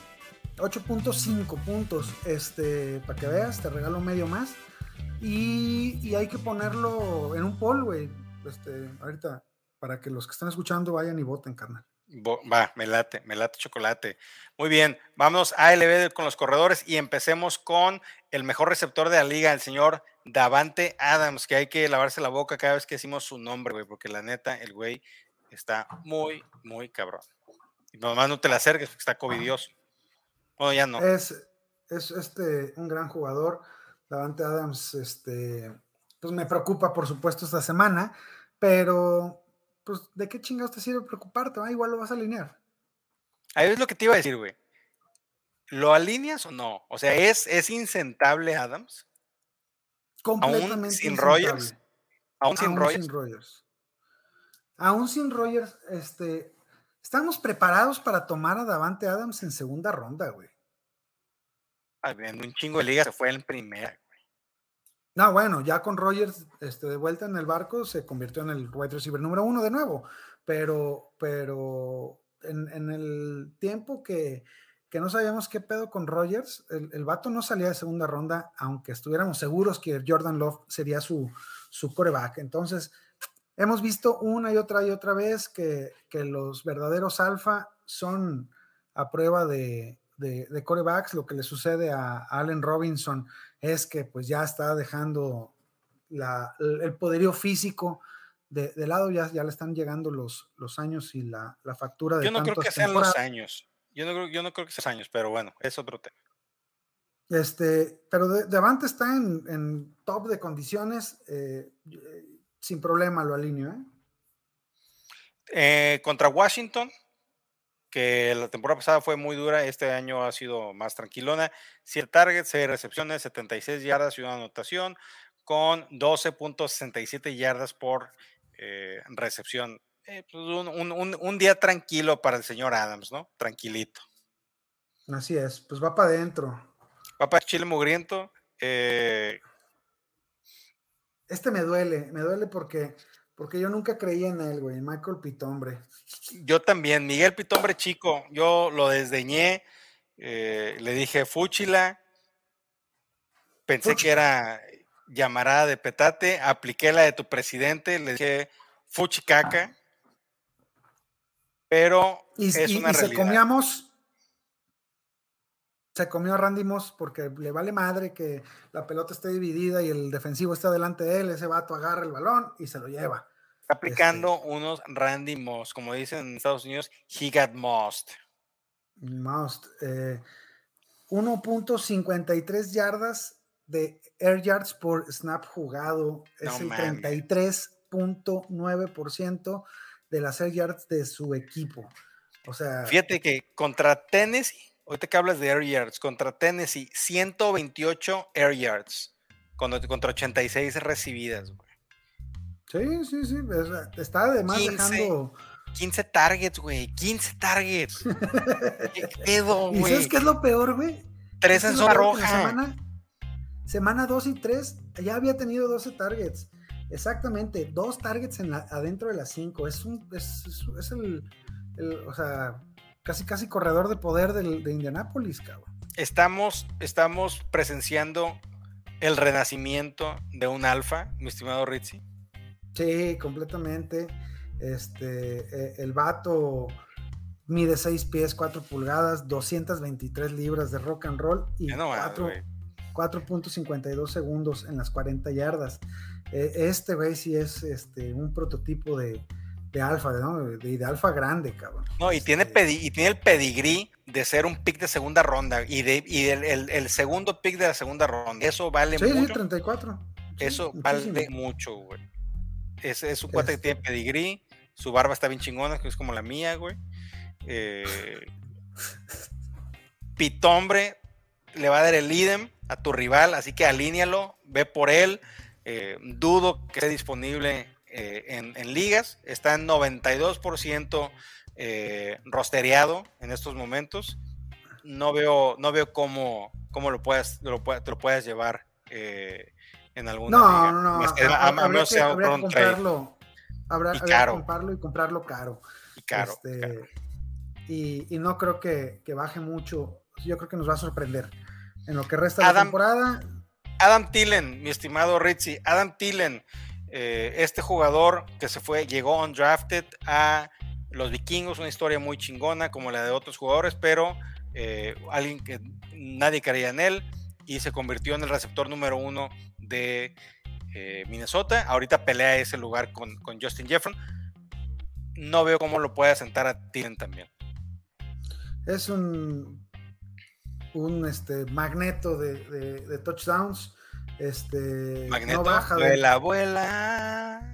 ocho punto cinco puntos, este, para que veas, te regalo medio más. Y, y hay que ponerlo en un poll, güey. Este, ahorita, para que los que están escuchando vayan y voten, carnal. Va, me late, me late chocolate. Muy bien, vámonos a L B con los corredores y empecemos con el mejor receptor de la liga, el señor Davante Adams, que hay que lavarse la boca cada vez que decimos su nombre, güey, porque la neta, el güey está muy, muy cabrón. Y nomás no te la acerques porque está covidioso. Bueno, ya no. Es, es este, un gran jugador. Davante Adams, este, pues me preocupa, por supuesto, esta semana, pero pues, ¿de qué chingados te sirve preocuparte? Ah, igual lo vas a alinear. Ahí es lo que te iba a decir, güey. ¿Lo alineas o no? O sea, ¿es, es insentable Adams? ¿Aún Completamente sin insentable. Rodgers? ¿Aún sin Aún Rodgers? sin Rodgers. Aún sin Rodgers, este, estamos preparados para tomar a Davante Adams en segunda ronda, güey. En un chingo de ligas se fue en primera, güey. No, bueno, ya con Rodgers este, de vuelta en el barco se convirtió en el wide receiver número uno de nuevo, pero, pero en, en el tiempo que, que no sabíamos qué pedo con Rodgers, el, el vato no salía de segunda ronda, aunque estuviéramos seguros que Jordan Love sería su, su quarterback. Entonces, hemos visto una y otra y otra vez que, que los verdaderos alfa son a prueba de, de, de quarterbacks. Lo que le sucede a, a Allen Robinson es que pues ya está dejando la, el poderío físico de, de lado, ya, ya le están llegando los, los años y la, la factura de Yo no creo que sean temporadas. los años. Yo no, creo, yo no creo que sean años, pero bueno, es otro tema. Este, pero de, Davante está en, en top de condiciones, eh, eh, sin problema lo alineo, ¿eh? Eh, contra Washington, que la temporada pasada fue muy dura, este año ha sido más tranquilona. siete targets, seis recepciones, setenta y seis yardas y una anotación, con doce punto sesenta y siete yardas por eh, recepción. Eh, pues un, un, un día tranquilo para el señor Adams, ¿no? Tranquilito. Así es, pues va para adentro. Va para Chile Mugriento. Eh... Este me duele, me duele porque, porque yo nunca creí en él, güey, Michael Pitombre. Yo también, Miguel Pitombre chico, yo lo desdeñé, eh, le dije fúchila, pensé Fuchila. que era llamarada de petate, apliqué la de tu presidente, le dije fuchicaca, pero y, es y, una y realidad. se comíamos, se comió a Randy Moss porque le vale madre que la pelota esté dividida y el defensivo está delante de él, ese vato agarra el balón y se lo lleva. Está aplicando este, unos Randy Moss, como dicen en Estados Unidos, he got mossed. Mossed. Eh, uno punto cincuenta y tres yardas de air yards por snap jugado. No es el treinta y tres punto nueve por ciento de las air yards de su equipo. O sea, fíjate que contra Tennessee, ahorita que hablas de air yards, contra Tennessee, ciento veintiocho air yards, contra, contra ochenta y seis recibidas, güey. Sí, sí, sí, está además dejando... quince targets, güey, quince targets. ¿Qué pedo, güey? ¿Y sabes qué es lo peor, güey? Tres en zona roja. Semana, semana dos y tres, ya había tenido doce targets. Exactamente, dos targets en la, adentro de las cinco. Es un, es, es, es el, el, o sea, casi casi corredor de poder del, de Indianápolis, cabrón. Estamos, estamos presenciando el renacimiento de un alfa, mi estimado Ritzy. Sí, completamente. Este, eh, el vato mide seis pies, cuatro pulgadas, doscientas veintitrés libras de rock and roll y no, cuatro punto cincuenta y dos segundos en las cuarenta yardas. Eh, este güey sí es este, un prototipo de, de alfa, ¿no? De, de alfa grande, cabrón. No, y, este, tiene pedi- y tiene el pedigrí de ser un pick de segunda ronda y, de, y el, el, el segundo pick de la segunda ronda. Eso vale sí, mucho. Sí, treinta y cuatro. Sí, Eso muchísimo. vale mucho, güey. Es, es un cuate este. que tiene pedigrí, su barba está bien chingona, que es como la mía, güey. Eh, Pitombre le va a dar el idem a tu rival, así que alínealo, ve por él. Eh, dudo que esté disponible eh, en, en ligas. Está en noventa y dos por ciento eh, rostereado en estos momentos. No veo, no veo cómo, cómo lo puedas, lo, te lo puedas llevar eh, en alguna no, liga. No, no, no. Habría que, habría que comprarlo. Habrá, y habrá caro. que comprarlo y comprarlo caro. Y caro. Este, caro. Y, y no creo que, que baje mucho pues yo creo que nos va a sorprender en lo que resta de la Adam, temporada. Adam Thielen, mi estimado Ritzy, Adam Thielen, eh, este jugador que se fue, llegó undrafted a los Vikingos, una historia muy chingona como la de otros jugadores, pero eh, alguien que nadie creía en él y se convirtió en el receptor número uno de eh, Minnesota. Ahorita pelea ese lugar con, con Justin Jefferson. No veo cómo lo puede sentar a Thielen también. Es un un este, magneto de, de, de touchdowns. Este, Magneto, no baja de... vuela, vuela.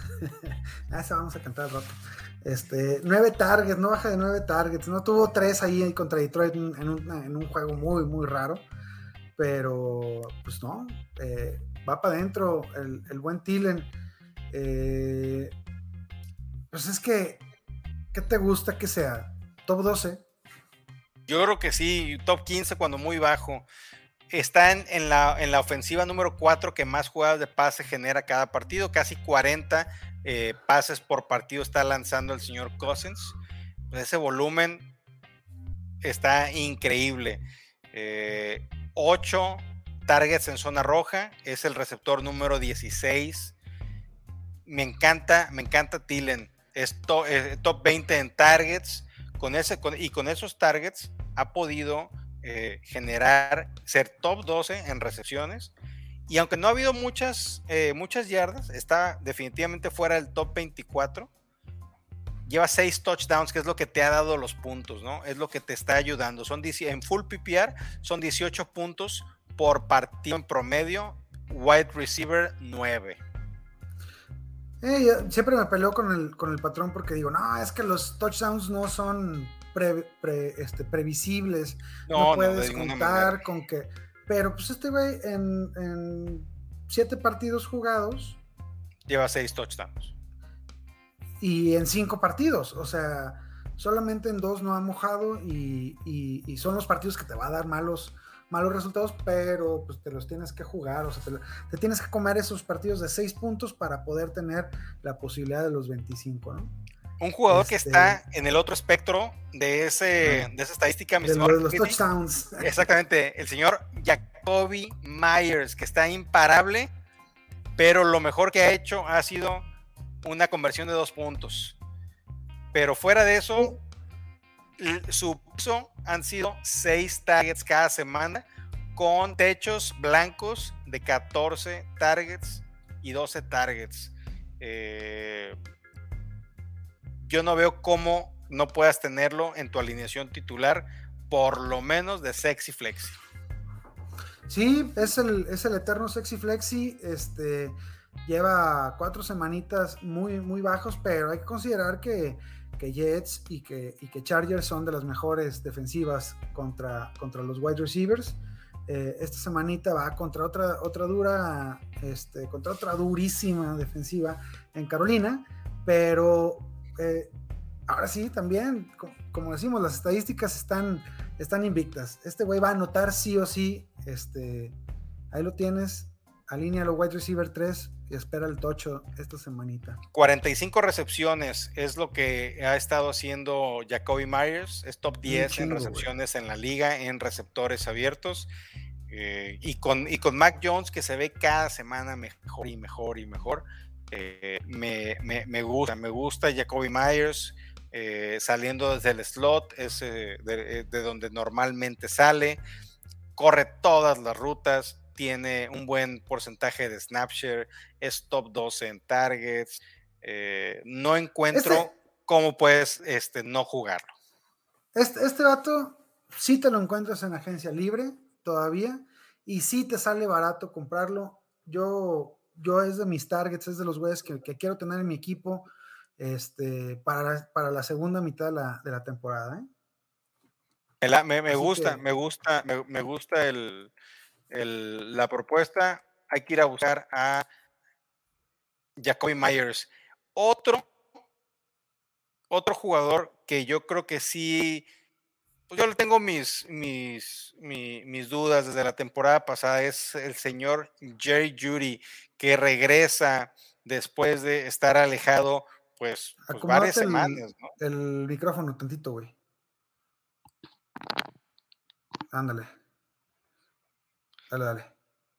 Esa vamos a cantar al rato. Este, nueve targets, no baja de nueve targets. No tuvo tres ahí contra Detroit en un, en un juego muy, muy raro. Pero, pues no, eh, va para adentro el, el buen Thielen. Eh, pues es que, ¿qué te gusta que sea? ¿Top doce? Yo creo que sí, top quince cuando muy bajo. Está en, en, la, en la ofensiva número cuatro que más jugadas de pase genera cada partido. Casi cuarenta eh, pases por partido está lanzando el señor Cousins. Pues ese volumen está increíble. Eh, ocho targets en zona roja. Es el receptor número dieciséis. Me encanta, me encanta Thielen. Es to, eh, top veinte en targets. Con ese, con, y con esos targets ha podido eh, generar, ser top doce en recepciones, y aunque no ha habido muchas, eh, muchas yardas, está definitivamente fuera del top veinticuatro, lleva seis touchdowns, que es lo que te ha dado los puntos, ¿no? Es lo que te está ayudando. Son en full P P R, son dieciocho puntos por partido en promedio, wide receiver nueve. Eh, siempre me peleo con el, con el patrón porque digo, no, es que los touchdowns no son pre, pre, este, previsibles, no, no puedes no, contar con que... Pero pues este güey en, en siete partidos jugados... Lleva seis touchdowns. Y en cinco partidos, o sea, solamente en dos no ha mojado y, y, y son los partidos que te va a dar malos... malos resultados, pero pues te los tienes que jugar, o sea, te, te tienes que comer esos partidos de seis puntos para poder tener la posibilidad de los veinticinco, ¿no? Un jugador este, que está en el otro espectro de, ese, no, de esa estadística, de, lo, de los touchdowns. Exactamente, el señor Jacoby Myers, que está imparable, pero lo mejor que ha hecho ha sido una conversión de dos puntos. Pero fuera de eso, su piso han sido seis targets cada semana, con techos blancos de catorce targets y doce targets. Eh, yo no veo cómo no puedas tenerlo en tu alineación titular, por lo menos de Sexy Flexi. Sí, es el, es el eterno Sexy Flexi. Este, lleva cuatro semanitas muy, muy bajos, pero hay que considerar que que Jets y que, y que Chargers son de las mejores defensivas contra, contra los wide receivers. Eh, esta semanita va contra otra, otra dura, este, contra otra durísima defensiva en Carolina, pero eh, ahora sí, también, como, como decimos, las estadísticas están, están invictas. Este güey va a anotar sí o sí, este, ahí lo tienes, alinea a los wide receiver tres y espera el tocho esta semanita. cuarenta y cinco recepciones es lo que ha estado haciendo Jacoby Myers, es top diez chingo, en recepciones wey. En la liga, en receptores abiertos, eh, y, con, y con Mac Jones, que se ve cada semana mejor y mejor y mejor. Eh, me, me, me gusta, me gusta Jacoby Myers, eh, saliendo desde el slot, es eh, de, de donde normalmente sale, corre todas las rutas, tiene un buen porcentaje de snap share, es top doce en targets. Eh, no encuentro este, cómo puedes este, no jugarlo. Este, este vato sí te lo encuentras en agencia libre todavía y sí te sale barato comprarlo. Yo, yo es de mis targets, es de los güeyes que, que quiero tener en mi equipo este, para, la, para la segunda mitad de la, de la temporada. ¿eh? La, me, me gusta, que... me gusta, me, me gusta el... El, la propuesta. Hay que ir a buscar a Jacoby Myers. Otro, otro jugador que yo creo que sí, pues yo le tengo mis, mis, mis, mis dudas desde la temporada pasada, es el señor Jerry Jeudy, que regresa después de estar alejado pues, pues varias el, semanas, ¿no? El micrófono tantito, güey. Ándale. Dale, dale.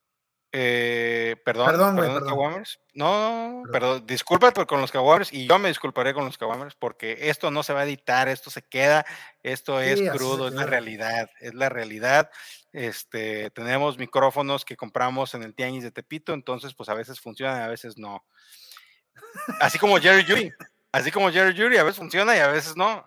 Eh, perdón, Perdón, güey, perdón, perdón. Kawamers. No, Perdón. perdón, discúlpate con los Kawamers y yo me disculparé con los Kawamers porque esto no se va a editar, esto se queda, esto es Sí, así se crudo, es la queda. realidad, es la realidad. Este, tenemos micrófonos que compramos en el Tianguis de Tepito, entonces pues a veces funcionan, a veces no. Así como Jerry Judy, así como Jerry Judy, a veces funciona y a veces no.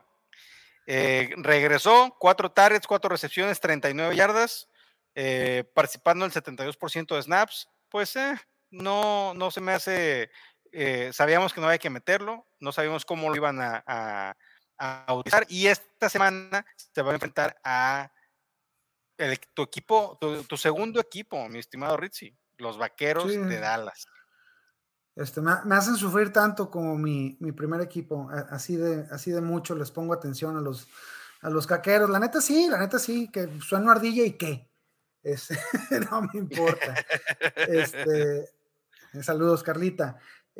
Eh, regresó, cuatro targets, cuatro recepciones, treinta y nueve yardas, eh, participando en el setenta y dos por ciento de snaps. Pues eh, no, no se me hace. Eh, sabíamos que no había que meterlo, no sabíamos cómo lo iban a, a, a utilizar. Y esta semana se va a enfrentar a el, tu equipo, tu, tu segundo equipo, mi estimado Ritzy, los Vaqueros Sí. de Dallas. Este, me, me hacen sufrir tanto como mi, mi primer equipo, así de, así de mucho les pongo atención a los, a los caqueros. La neta sí, la neta sí, que suena ardilla y qué. Este, no me importa. Este, saludos, Carlita.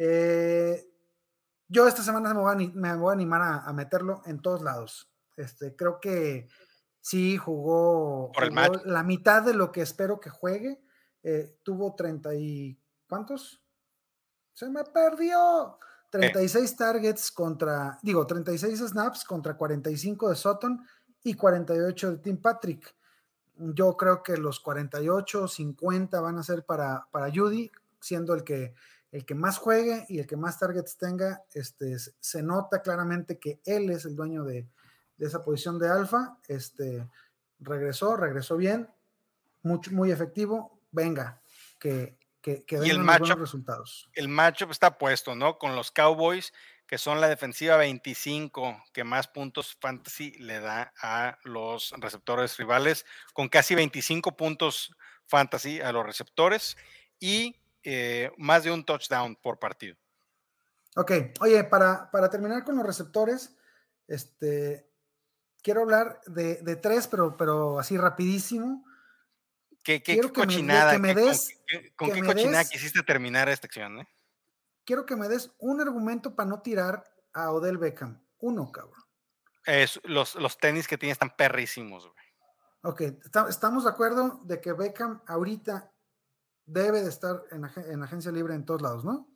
Eh, yo esta semana me voy a, me voy a animar a, a, meterlo en todos lados. Este, creo que sí jugó, Por el jugó match. la mitad de lo que espero que juegue. Eh, tuvo treinta y ¿cuántos? Se me perdió. treinta y seis targets contra, digo, treinta y seis snaps contra cuarenta y cinco de Sutton y cuarenta y ocho de Tim Patrick. Yo creo que los cuarenta y ocho, cincuenta van a ser para, para Judy, siendo el que, el que más juegue y el que más targets tenga. Este, se nota claramente que él es el dueño de, de esa posición de alfa. Este, regresó, regresó bien, muy, muy efectivo. Venga, que, que, que vengan los buenos resultados. El matchup está puesto, ¿no? Con los Cowboys, que son la defensiva veinticinco, que más puntos fantasy le da a los receptores rivales, con casi veinticinco puntos fantasy a los receptores y eh, más de un touchdown por partido. Ok, oye, para, para terminar con los receptores, este, quiero hablar de, de tres, pero, pero así rapidísimo. ¿Qué, qué, quiero qué que cochinada? Me, que me des, ¿Con, qué, con que qué me cochinada des, quisiste terminar esta sección? Eh? Quiero que me des un argumento para no tirar a Odell Beckham. Uno, cabrón. Es, los, los tenis que tiene están perrísimos, güey. Ok, está, estamos de acuerdo de que Beckham ahorita debe de estar en, en agencia libre en todos lados, ¿no?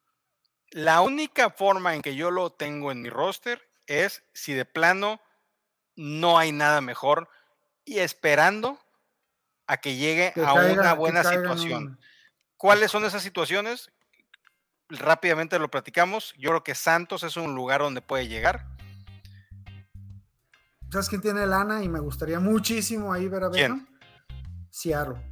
La única forma en que yo lo tengo en mi roster es si de plano no hay nada mejor y esperando a que llegue que a caiga, una buena que caiga situación. un... ¿Cuáles son esas situaciones? Rápidamente lo platicamos. Yo creo que Santos es un lugar donde puede llegar. ¿Sabes quién tiene lana y me gustaría muchísimo ahí ver a Beckham? ¿Quién? Seattle.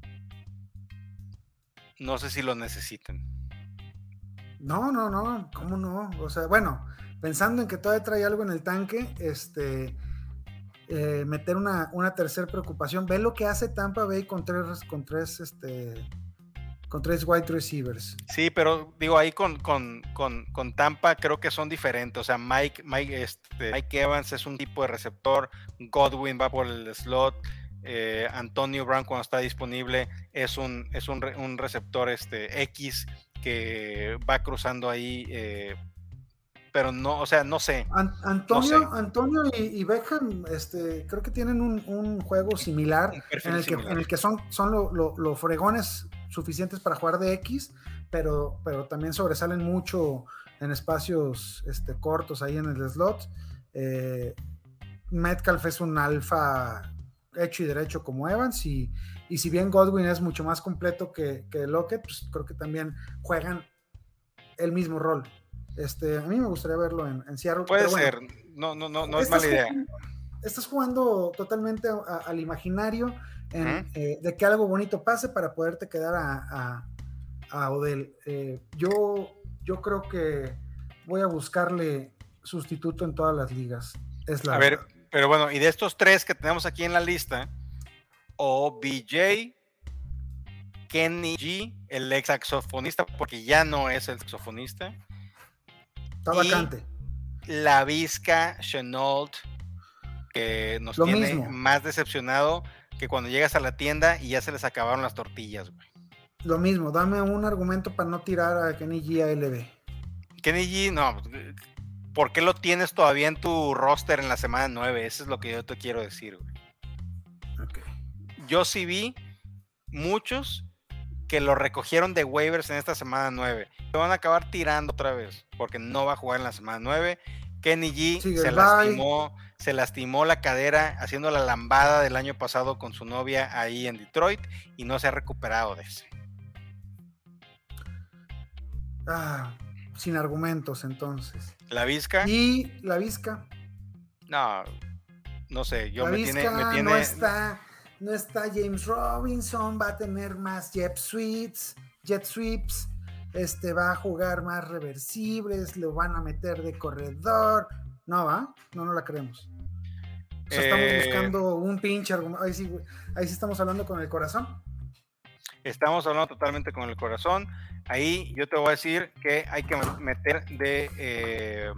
No sé si lo necesiten. No, no, no, ¿cómo no? O sea, bueno, pensando en que todavía trae algo en el tanque, este, eh, meter una, una tercera preocupación. Ve lo que hace Tampa Bay con tres, con tres, este, con tres wide receivers. Sí, pero digo, ahí con, con, con, con Tampa creo que son diferentes. O sea, Mike, Mike, este, Mike Evans es un tipo de receptor, Godwin va por el slot, eh, Antonio Brown cuando está disponible es un, es un, un receptor este, X que va cruzando ahí, eh, pero no, o sea, no sé. An Antonio, no sé. Antonio y, y Beckham, este, creo que tienen un, un juego similar un en el que, similar. en el que son, son los lo, lo fregones suficientes para jugar de X, pero, pero también sobresalen mucho en espacios este, cortos ahí en el slot. Eh, Metcalf es un alfa hecho y derecho como Evans, y, y si bien Godwin es mucho más completo que, que Lockett, pues creo que también juegan el mismo rol. Este, a mí me gustaría verlo en, en Seattle. Puede pero bueno, ser, no, no, no, no es mala idea. Jugando, estás jugando totalmente a, a, al imaginario en, uh-huh. eh, de que algo bonito pase para poderte quedar a, a, a Odell. Eh, yo, yo creo que voy a buscarle sustituto en todas las ligas. Es la a verdad. ver, pero bueno, y de estos tres que tenemos aquí en la lista, O B J, Kenny G, el ex saxofonista, porque ya no es el saxofonista. Está vacante. La Vizca Chenault, que nos Lo tiene mismo. más decepcionado que cuando llegas a la tienda y ya se les acabaron las tortillas, güey. Lo mismo, dame un argumento para no tirar a Kenny G a L B. Kenny G, no, ¿por qué lo tienes todavía en tu roster en la semana nueve? Eso es lo que yo te quiero decir, güey. Ok, yo sí vi muchos que lo recogieron de waivers en esta semana nueve. Lo van a acabar tirando otra vez, porque no va a jugar en la semana nueve. Kenny G Sigue se el bye. lastimó, se lastimó la cadera haciendo la lambada del año pasado con su novia ahí en Detroit y no se ha recuperado de eso. Ah, sin argumentos, entonces. ¿La Vizca? Y la Vizca. No, no sé, yo la me Vizca tiene, me tiene... no está, no está James Robinson, va a tener más jet sweeps, jet sweeps, este va a jugar más reversibles, lo van a meter de corredor. No, ¿va? No, no la creemos. O sea, estamos Eh, buscando un pinche argumento. Ahí sí, ahí sí estamos hablando con el corazón. Estamos hablando totalmente con el corazón. Ahí yo te voy a decir que hay que meter de, eh,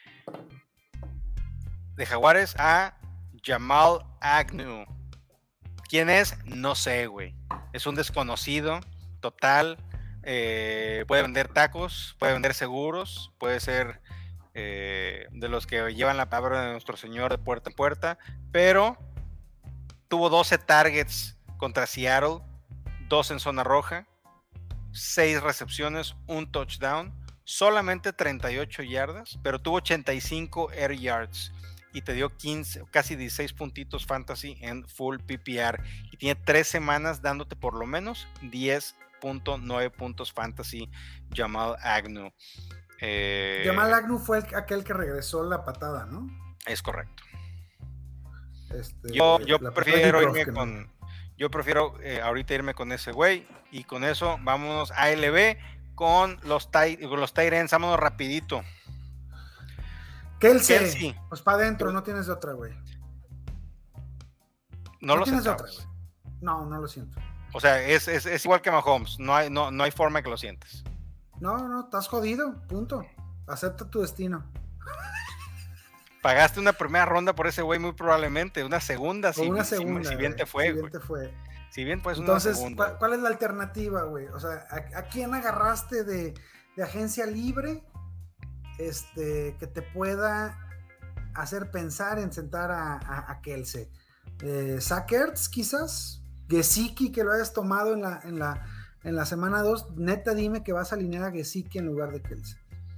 de Jaguares a Jamal Agnew. ¿Quién es? No sé, güey. Es un desconocido total. Eh, puede vender tacos, puede vender seguros, puede ser eh, de los que llevan la palabra de nuestro Señor de puerta en puerta, pero tuvo doce targets contra Seattle, dos en zona roja, seis recepciones, un touchdown, solamente treinta y ocho yardas, pero tuvo ochenta y cinco air yards y te dio quince, casi dieciséis puntitos fantasy en full P P R y tiene tres semanas dándote por lo menos diez punto nueve puntos fantasy. Jamal Agnew. Eh, Jamal Agnew fue el, aquel que regresó la patada, ¿no? Es correcto. Este, yo yo prefiero irme Prof, con... No. Yo prefiero eh, ahorita irme con ese güey y con eso vámonos a L B con los tight los tight ends, vámonos rapidito. Kelsey, Kelsey. Pues para adentro, no tienes de otra, güey. No, no lo tienes de otra, güey. No, no lo siento. O sea, es, es, es igual que Mahomes, no hay, no, no hay forma que lo sientes. No, no, estás jodido, punto. Acepta tu destino. Pagaste una primera ronda por ese güey muy probablemente, una segunda, si, una segunda si, si bien te fue, si bien te fue. Si bien pues Entonces, una segunda. ¿cuál, ¿cuál es la alternativa, güey? O sea, ¿a, a quién agarraste de, de agencia libre este, que te pueda hacer pensar en sentar a, a, a Kelsey? Eh, Zach Ertz, quizás, Gesicki, que lo hayas tomado en la, en la, en la semana dos, neta dime que vas a alinear a Gesicki en lugar de Kelsey.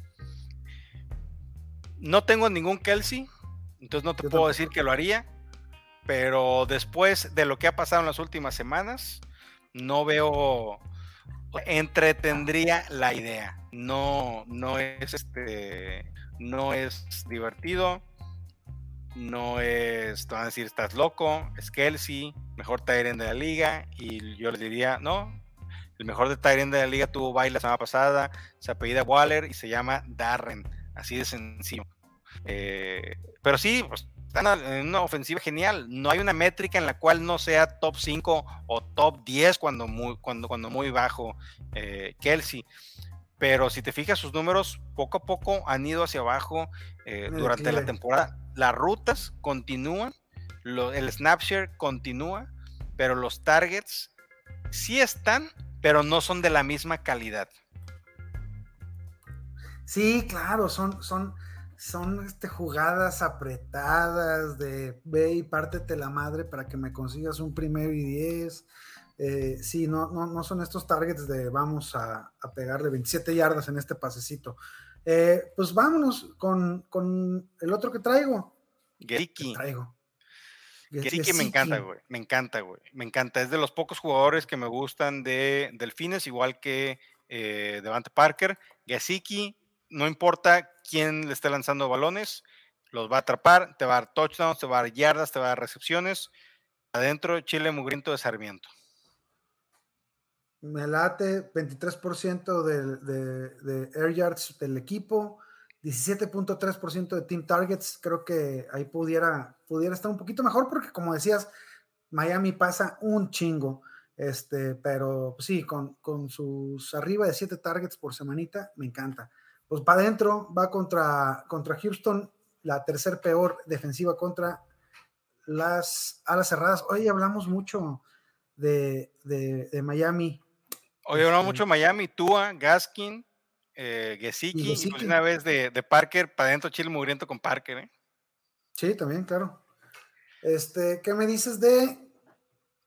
No tengo ningún Kelsey, entonces no te Yo puedo tampoco. decir que lo haría, pero después de lo que ha pasado en las últimas semanas, no veo, entretendría la idea, no, no es este, no es divertido, no es, te van a decir estás loco, es Kelsey, mejor tight end de la liga, y yo les diría, no, el mejor de tight end de la liga tuvo bye la semana pasada, se apellida Waller y se llama Darren, así de sencillo. Eh, pero sí, pues, están en una ofensiva genial, no hay una métrica en la cual no sea top cinco o top diez cuando muy, cuando, cuando muy bajo eh, Kelsey. Pero si te fijas, sus números poco a poco han ido hacia abajo eh, durante declive. La temporada. Las rutas continúan, lo, el snapshare continúa, pero los targets sí están, pero no son de la misma calidad. Sí, claro, son, son, son este, jugadas apretadas de ve y pártete la madre para que me consigas un primero y diez. Eh, sí, no, no, no son estos targets de vamos a, a pegarle veintisiete yardas en este pasecito. Eh, pues vámonos con, con el otro que traigo. Gesicki. Traigo. Gesicki me encanta, güey. Me encanta, güey. Me encanta. Es de los pocos jugadores que me gustan de Delfines, igual que eh, Devante Parker. Gesicki, no importa quién le esté lanzando balones, los va a atrapar, te va a dar touchdowns, te va a dar yardas, te va a dar recepciones. Adentro, Chile Mugriento de Sarmiento. Me late veintitrés por ciento de, de, de air yards del equipo, diecisiete punto tres por ciento de team targets. Creo que ahí pudiera, pudiera estar un poquito mejor porque, como decías, Miami pasa un chingo. Este, pero pues, sí, con, con sus arriba de siete targets por semanita, me encanta. Pues para adentro va contra, contra Houston, la tercer peor defensiva contra las alas cerradas. Hoy hablamos mucho de, de, de Miami. Hoy hablamos este, mucho de Miami, Tua, Gaskin, eh, Gesicki, y, y pues una vez de, de Parker, para adentro Chile Mugriento con Parker, ¿eh? Sí, también, claro. Este, ¿qué me dices de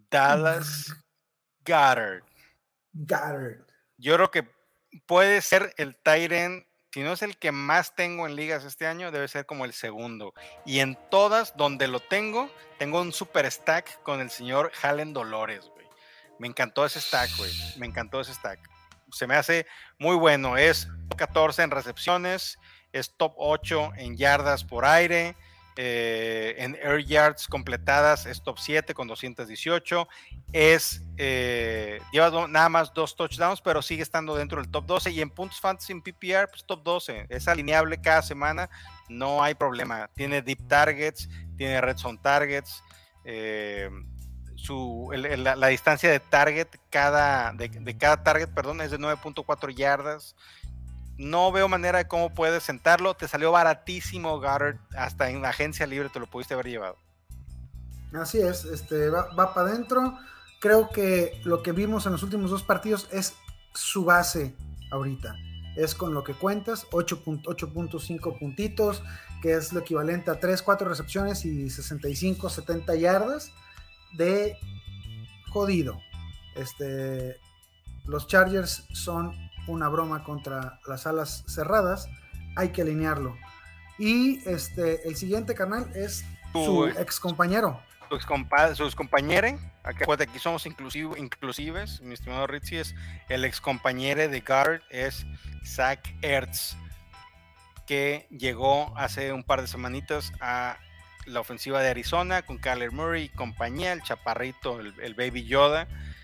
Dallas Goedert. Goedert. Yo creo que puede ser el tight end, si no es el que más tengo en ligas este año, debe ser como el segundo. Y en todas donde lo tengo, tengo un super stack con el señor Jalen Dolores, güey. Me encantó ese stack, güey. Me encantó ese stack. Se me hace muy bueno. Es catorce en recepciones, es top ocho en yardas por aire, eh, en air yards completadas es top siete con doscientos dieciocho. Es, eh, lleva do, nada más dos touchdowns, pero sigue estando dentro del top doce. Y en puntos fantasy en P P R, pues top doce. Es alineable cada semana, no hay problema. Tiene deep targets, tiene red zone targets. Eh, Su, el, el, la, la distancia de target cada, de, de cada target, perdón, es de nueve punto cuatro yardas. No veo manera de cómo puedes sentarlo. Te salió baratísimo, Goedert. Hasta en la agencia libre te lo pudiste haber llevado. Así es, este, va, va para adentro. Creo que lo que vimos en los últimos dos partidos es su base ahorita. Es con lo que cuentas, ocho punto cinco puntitos, que es lo equivalente a tres, cuatro recepciones y sesenta y cinco, setenta yardas de jodido. Este, los Chargers son una broma contra las alas cerradas, hay que alinearlo. Y este, el siguiente canal es tu, su ex compañero. Su ex compa sus compañeros, aquí, aquí somos inclusive, inclusives, mi estimado Ritzy, es el ex compañero de Goedert, es Zach Ertz, que llegó hace un par de semanitas a la ofensiva de Arizona con Kyler Murray y compañía, el chaparrito, el, el Baby Yoda.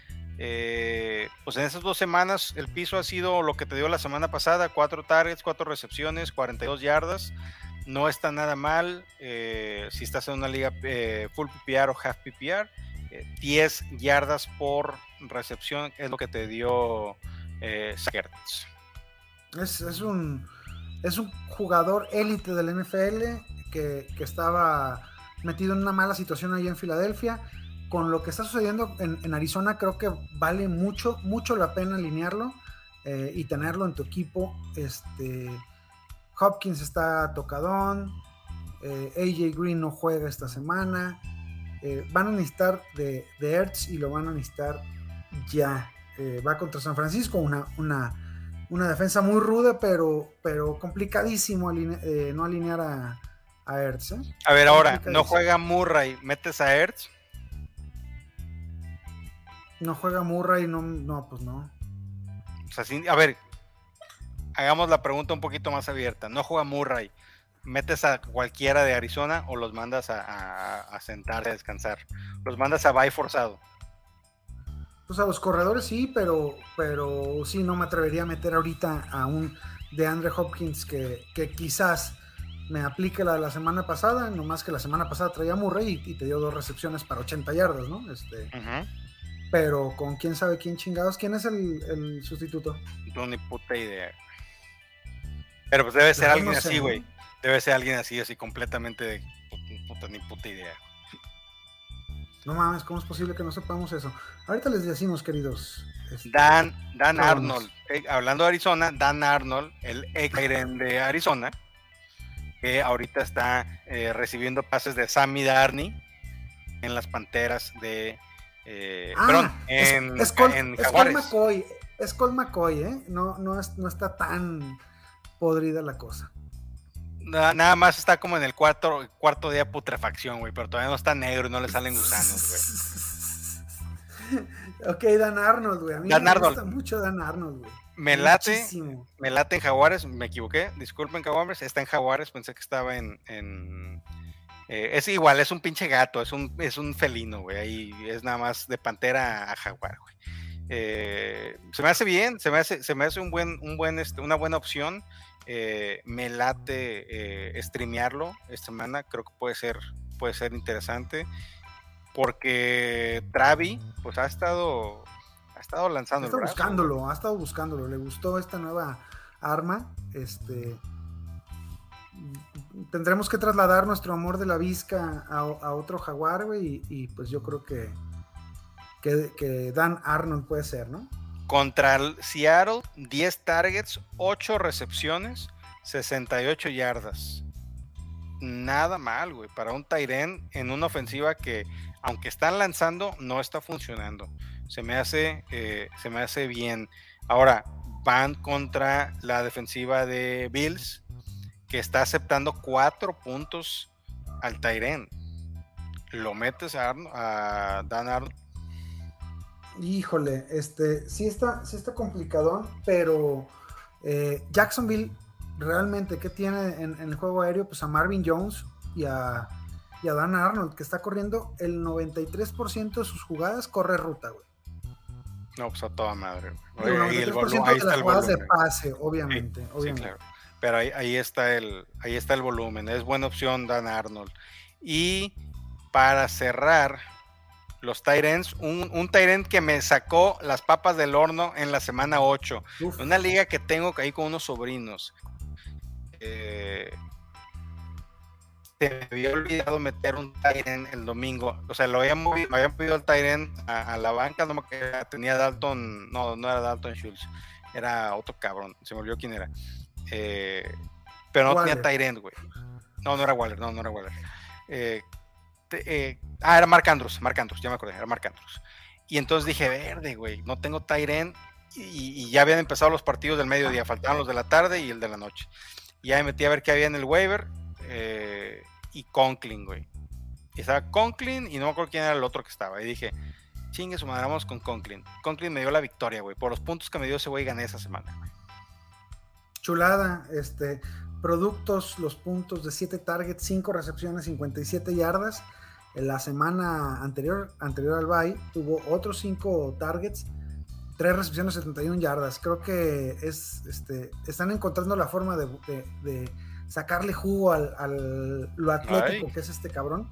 Eh, pues en esas dos semanas el piso ha sido lo que te dio la semana pasada, cuatro targets, cuatro recepciones, cuarenta y dos yardas. No está nada mal. Eh, si estás en una liga eh, full P P R o half P P R, eh, diez yardas por recepción es lo que te dio eh, Ertz. Es, es un es un jugador élite del N F L que, que estaba metido en una mala situación ahí en Filadelfia. Con lo que está sucediendo en, en Arizona, creo que vale mucho, mucho la pena alinearlo eh, y tenerlo en tu equipo. Este, Hopkins está tocadón, eh, A J Green no juega esta semana, eh, van a necesitar de, de Ertz y lo van a necesitar ya. Eh, va contra San Francisco, una, una, una defensa muy ruda, pero, pero complicadísimo aline, eh, no alinear a, a Ertz. ¿eh? A ver, ahora, no juega Murray, ¿metes a Ertz? No juega Murray, no, no, pues no. O sea, sí, a ver, hagamos la pregunta un poquito más abierta. No juega Murray, ¿metes a cualquiera de Arizona o los mandas a, a, a sentarse a descansar? ¿Los mandas a bye forzado? Pues a los corredores sí, pero, pero sí, no me atrevería a meter ahorita a un DeAndre Hopkins que, que quizás me aplique la de la semana pasada, nomás que la semana pasada traía Murray y, y te dio dos recepciones para ochenta yardas, ¿no? Este... Uh-huh. Pero con quién sabe quién chingados. ¿Quién es el, el sustituto? No, ni puta idea. Pero pues debe ser alguien no sé, así, güey. ¿no? Debe ser alguien así, así completamente de puta, ni puta idea. No mames, ¿cómo es posible que no sepamos eso? Ahorita les decimos, queridos. Este, Dan, Dan Arnold. Eh, hablando de Arizona, Dan Arnold, el ex de Arizona, que ahorita está eh, recibiendo pases de Sammy Darney en las Panteras de Eh, ah, perdón, en, es, es, Col, en es Colt McCoy, es Colt McCoy, ¿eh? No, no, es, no está tan podrida la cosa. Nada, nada más está como en el cuarto, cuarto día de putrefacción, güey, pero todavía no está negro y no le salen gusanos, güey. Ok, Dan Arnold, güey. A mí Dan me Arnold. gusta mucho Dan Arnold, güey. Me late, Muchísimo. me late en Jaguares, me equivoqué, disculpen Jaguares, está en Jaguares, pensé que estaba en... en... Eh, es igual, es un pinche gato, es un, es un felino, güey, ahí es nada más de pantera a jaguar, güey. Eh, se me hace bien, se me hace, se me hace un buen, un buen, este, una buena opción. Eh, me late eh, streamearlo esta semana, creo que puede ser, puede ser interesante, porque Travi, pues ha estado, ha estado lanzando. Ha estado el brazo, buscándolo, güey. ha estado buscándolo, le gustó esta nueva arma, este. Tendremos que trasladar nuestro amor de la Vizca a, a otro jaguar, güey, y, y pues yo creo que, que, que Dan Arnold puede ser, ¿no? Contra el Seattle, diez targets, ocho recepciones, sesenta y ocho yardas. nada mal, güey, para un tight end en una ofensiva que, aunque están lanzando, no está funcionando. Se me hace, eh, se me hace bien. Ahora, van contra la defensiva de Bills, que está aceptando cuatro puntos al tight end. ¿Lo metes a, Arno, a Dan Arnold? Híjole, este, sí está, sí está complicado, pero eh, Jacksonville realmente, ¿qué tiene en, en el juego aéreo? Pues a Marvin Jones y a, y a Dan Arnold, que está corriendo el noventa y tres por ciento de sus jugadas, corre ruta, güey. No, pues a toda madre. Güey. El noventa y tres por ciento ahí de las jugadas volumen. De pase, obviamente. Sí, obviamente. Sí, claro. Pero ahí, ahí, está el, ahí está el volumen. Es buena opción Dan Arnold. Y para cerrar, los tight ends, un, un tight end que me sacó las papas del horno en la semana ocho. Uf. Una liga que tengo ahí con unos sobrinos. Eh, se me había olvidado meter un tight end el domingo. O sea, lo había movido, me había movido el tight end a, a la banca, no me quedaba, tenía Dalton, no, no era Dalton Schultz, era otro cabrón, se me olvidó quién era. Eh, pero no Waller. Tenía tight end, güey. No, no era Waller, no, no era Waller. Eh, te, eh, ah, era Mark Andrews, Mark Andrews, ya me acordé, era Mark Andrews. Y entonces dije, verde, güey, no tengo tight end. Y, y ya habían empezado los partidos del mediodía, faltaban los de la tarde y el de la noche. Y ya me metí a ver qué había en el waiver. Eh, y Conklin, güey. Y estaba Conklin y no me acuerdo quién era el otro que estaba. Y dije, chingue su madre, vamos con Conklin. Conklin me dio la victoria, güey. Por los puntos que me dio ese güey gané esa semana, güey. Chulada, este, productos, los puntos de siete targets, cinco recepciones, cincuenta y siete yardas. En la semana anterior, anterior al bye, tuvo otros cinco targets, tres recepciones, setenta y una yardas. Creo que es, este, están encontrando la forma de, de, de sacarle jugo al, al lo atlético Ay. que es este cabrón.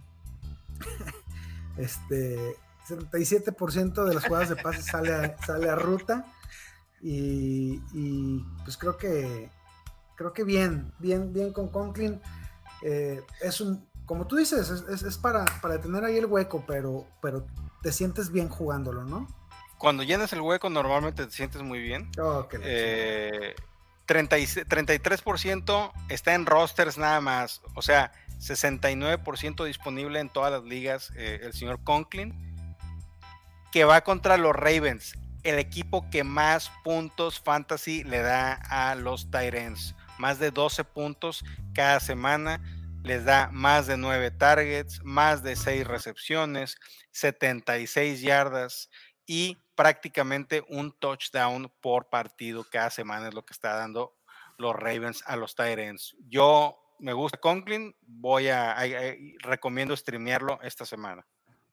Este, setenta y siete por ciento de las jugadas de pase sale a, sale a ruta. Y, y pues creo que creo que bien, bien, bien con Conklin. Eh, es un, como tú dices, es, es, es para, para tener ahí el hueco, pero, pero te sientes bien jugándolo, ¿no? Cuando llenas el hueco normalmente te sientes muy bien. Oh, eh, treinta y tres por ciento está en rosters nada más, o sea, sesenta y nueve por ciento disponible en todas las ligas, eh, el señor Conklin, que va contra los Ravens, el equipo que más puntos fantasy le da a los tight ends, más de doce puntos cada semana, les da más de nueve targets, más de seis recepciones, setenta y seis yardas y prácticamente un touchdown por partido cada semana es lo que está dando los Ravens a los tight ends. Yo me gusta Conklin, voy a, a, a recomiendo streamearlo esta semana.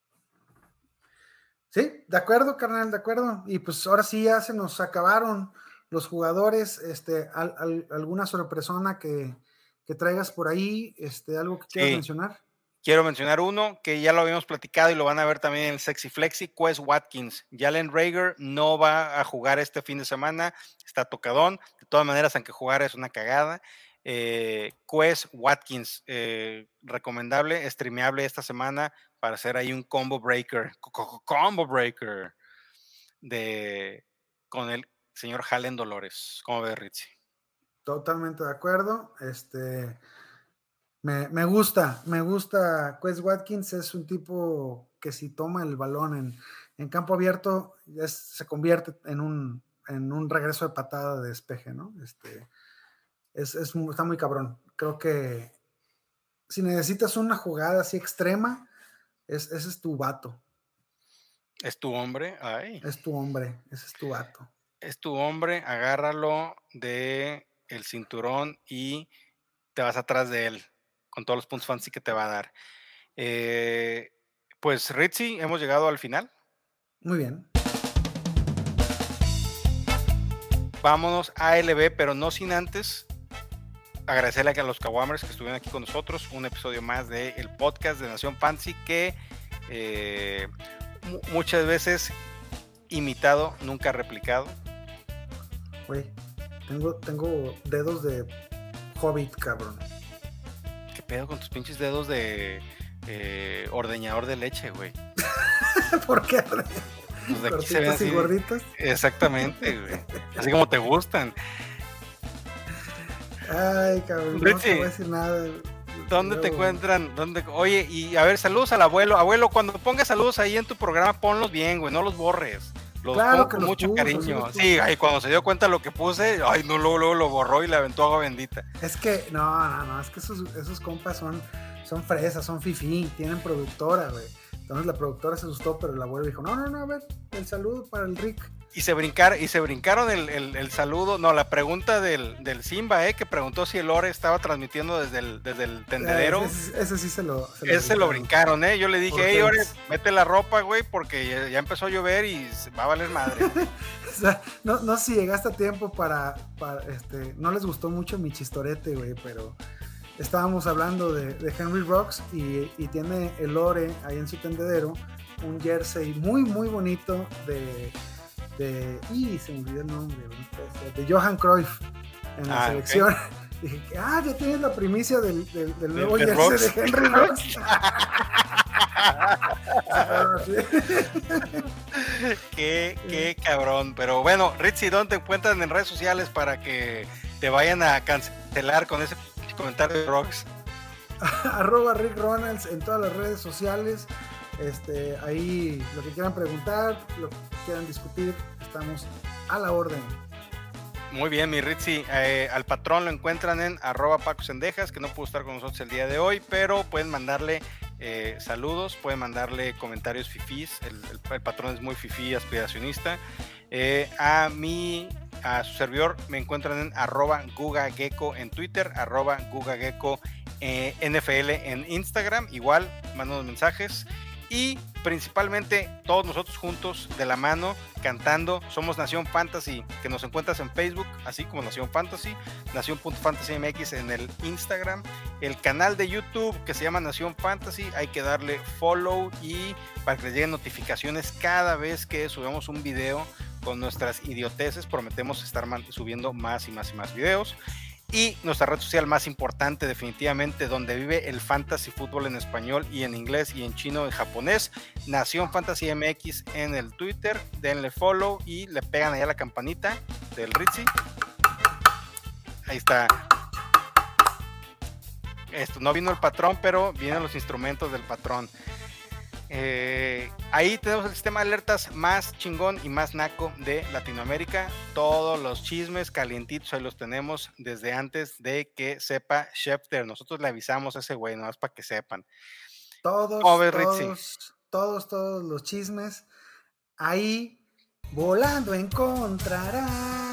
Sí, de acuerdo, carnal, de acuerdo. Y pues ahora sí ya se nos acabaron los jugadores. Este, al, al, alguna sorpresona que, que traigas por ahí, este, algo que quieras sí. mencionar. Quiero mencionar uno que ya lo habíamos platicado y lo van a ver también en el Sexy Flexi, Quez Watkins. Jalen Reagor no va a jugar este fin de semana, está tocadón. De todas maneras, aunque jugar es una cagada. Eh, Quez Watkins, eh, recomendable, streameable esta semana para hacer ahí un combo breaker, combo breaker de, con el señor Jalen Dolores. ¿Cómo ves, Ritzy? Totalmente de acuerdo. Este... Me, me gusta, me gusta. Quez Watkins es un tipo que si toma el balón en, en campo abierto es, se convierte en un, en un regreso de patada de despeje, ¿no? Este, es, es, está muy cabrón. Creo que si necesitas una jugada así extrema, es, ese es tu vato. ¿Es tu hombre? Ay. Es tu hombre, ese es tu vato. Es tu hombre, agárralo de el cinturón y te vas atrás de él con todos los puntos fancy que te va a dar. Eh, pues Ritzy, hemos llegado al final. Muy bien. Vámonos a L B, pero no sin antes agradecerle a los Kawamers que estuvieron aquí con nosotros, un episodio más del podcast de Nación Fantasy que eh, m- muchas veces imitado, nunca replicado. Güey, tengo, tengo dedos de hobbit, cabrón. ¿Qué pedo con tus pinches dedos de eh, ordeñador de leche, güey? ¿Por qué? Los de aquí se ven así, y gorditos. Exactamente, güey. Así como te gustan. Ay, cabrón, no te voy a decir nada. ¿Dónde te encuentran? ¿Dónde? Oye, y a ver, saludos al abuelo. Abuelo, cuando pongas saludos ahí en tu programa, ponlos bien, güey, no los borres. Los claro pongo que con los mucho puso, cariño. sí, Sí, ay, cuando se dio cuenta de lo que puse, ay, no, luego, luego lo borró y le aventó agua bendita. Es que, no, no, no, es que esos, esos compas son, son fresas, son fifí, tienen productora, güey. Entonces la productora se asustó, pero el abuelo dijo, no, no, no, a ver, el saludo para el Rick. Y se brincar, y se brincaron el, el, el saludo, no, la pregunta del, del Simba, eh, que preguntó si el Lore estaba transmitiendo desde el, desde el tendedero. Ese, ese sí se lo se lo, ese se lo brincaron, eh. Yo le dije, hey, Lore, mete la ropa, güey, porque ya, ya empezó a llover y se va a valer madre. O sea, no, no sé si llegaste a tiempo para, para, este, no les gustó mucho mi chistorete, güey, pero estábamos hablando de, de Henry Rocks y, y tiene el Lore ahí en su tendedero un jersey muy, muy bonito de... de y se me olvidó el nombre, de Johan Cruyff en la ah, selección. Okay. Dije, ah, ya tienes la primicia del, del, del nuevo jersey Rocks. De Henry Rocks. qué, qué cabrón. Pero bueno, Ritzy, ¿dónde te encuentran en redes sociales para que te vayan a cancelar con ese comentario de Rocks? Arroba Rick Ronalds en todas las redes sociales. Este, ahí lo que quieran preguntar, lo que quieran discutir, estamos a la orden. Muy bien, mi Ritzy, eh, al patrón lo encuentran en arroba Paco Sendejas, que no pudo estar con nosotros el día de hoy, pero pueden mandarle eh, saludos, pueden mandarle comentarios fifís, el, el, el patrón es muy fifí, aspiracionista. Eh, a mí, a su servidor, me encuentran en arroba Guga Gecko en Twitter, arroba Guga Gecko eh, N F L en Instagram, igual, mándanos mensajes. Y principalmente todos nosotros juntos de la mano cantando. Somos Nación Fantasy, que nos encuentras en Facebook así como Nación Fantasy, Nación punto Fantasy M X en el Instagram, el canal de YouTube que se llama Nación Fantasy, hay que darle follow y para que les lleguen notificaciones cada vez que subamos un video con nuestras idioteces. Prometemos estar subiendo más y más y más videos. Y nuestra red social más importante, definitivamente, donde vive el fantasy fútbol en español y en inglés y en chino y japonés, Nación Fantasy M X en el Twitter. Denle follow y le pegan allá la campanita del Ritzy. Ahí está. Esto no vino el patrón, pero vienen los instrumentos del patrón. Eh, ahí tenemos el sistema de alertas más chingón y más naco de Latinoamérica. Todos los chismes calientitos ahí los tenemos desde antes de que sepa Schefter. Nosotros le avisamos a ese güey, nomás para que sepan. Todos, todos, todos, todos los chismes ahí volando encontrarás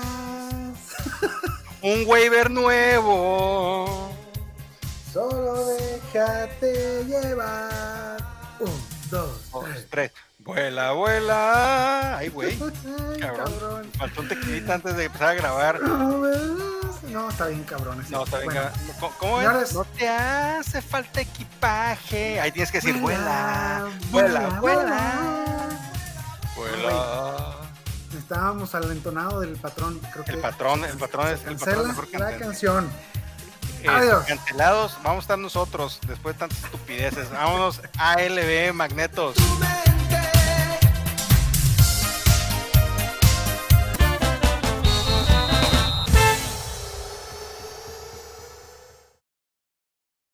un waiver nuevo. Solo déjate llevar. Un, dos, dos tres. tres. Vuela, vuela. Ay, güey. Cabrón. cabrón. Faltó un tequilita antes de empezar a grabar. No, no está bien, cabrón. No, está bien, bueno. cabrón. ¿Cómo es? No te hace falta equipaje. Ahí tienes que decir, vuela, vuela, vuela. Vuela. vuela. vuela. Estábamos al entonado del patrón. Creo que el patrón, el patrón es el patrón mejor la cantante. canción. Eh, Adiós. Cancelados, vamos a estar nosotros después de tantas estupideces. Vámonos a L B Magnetos.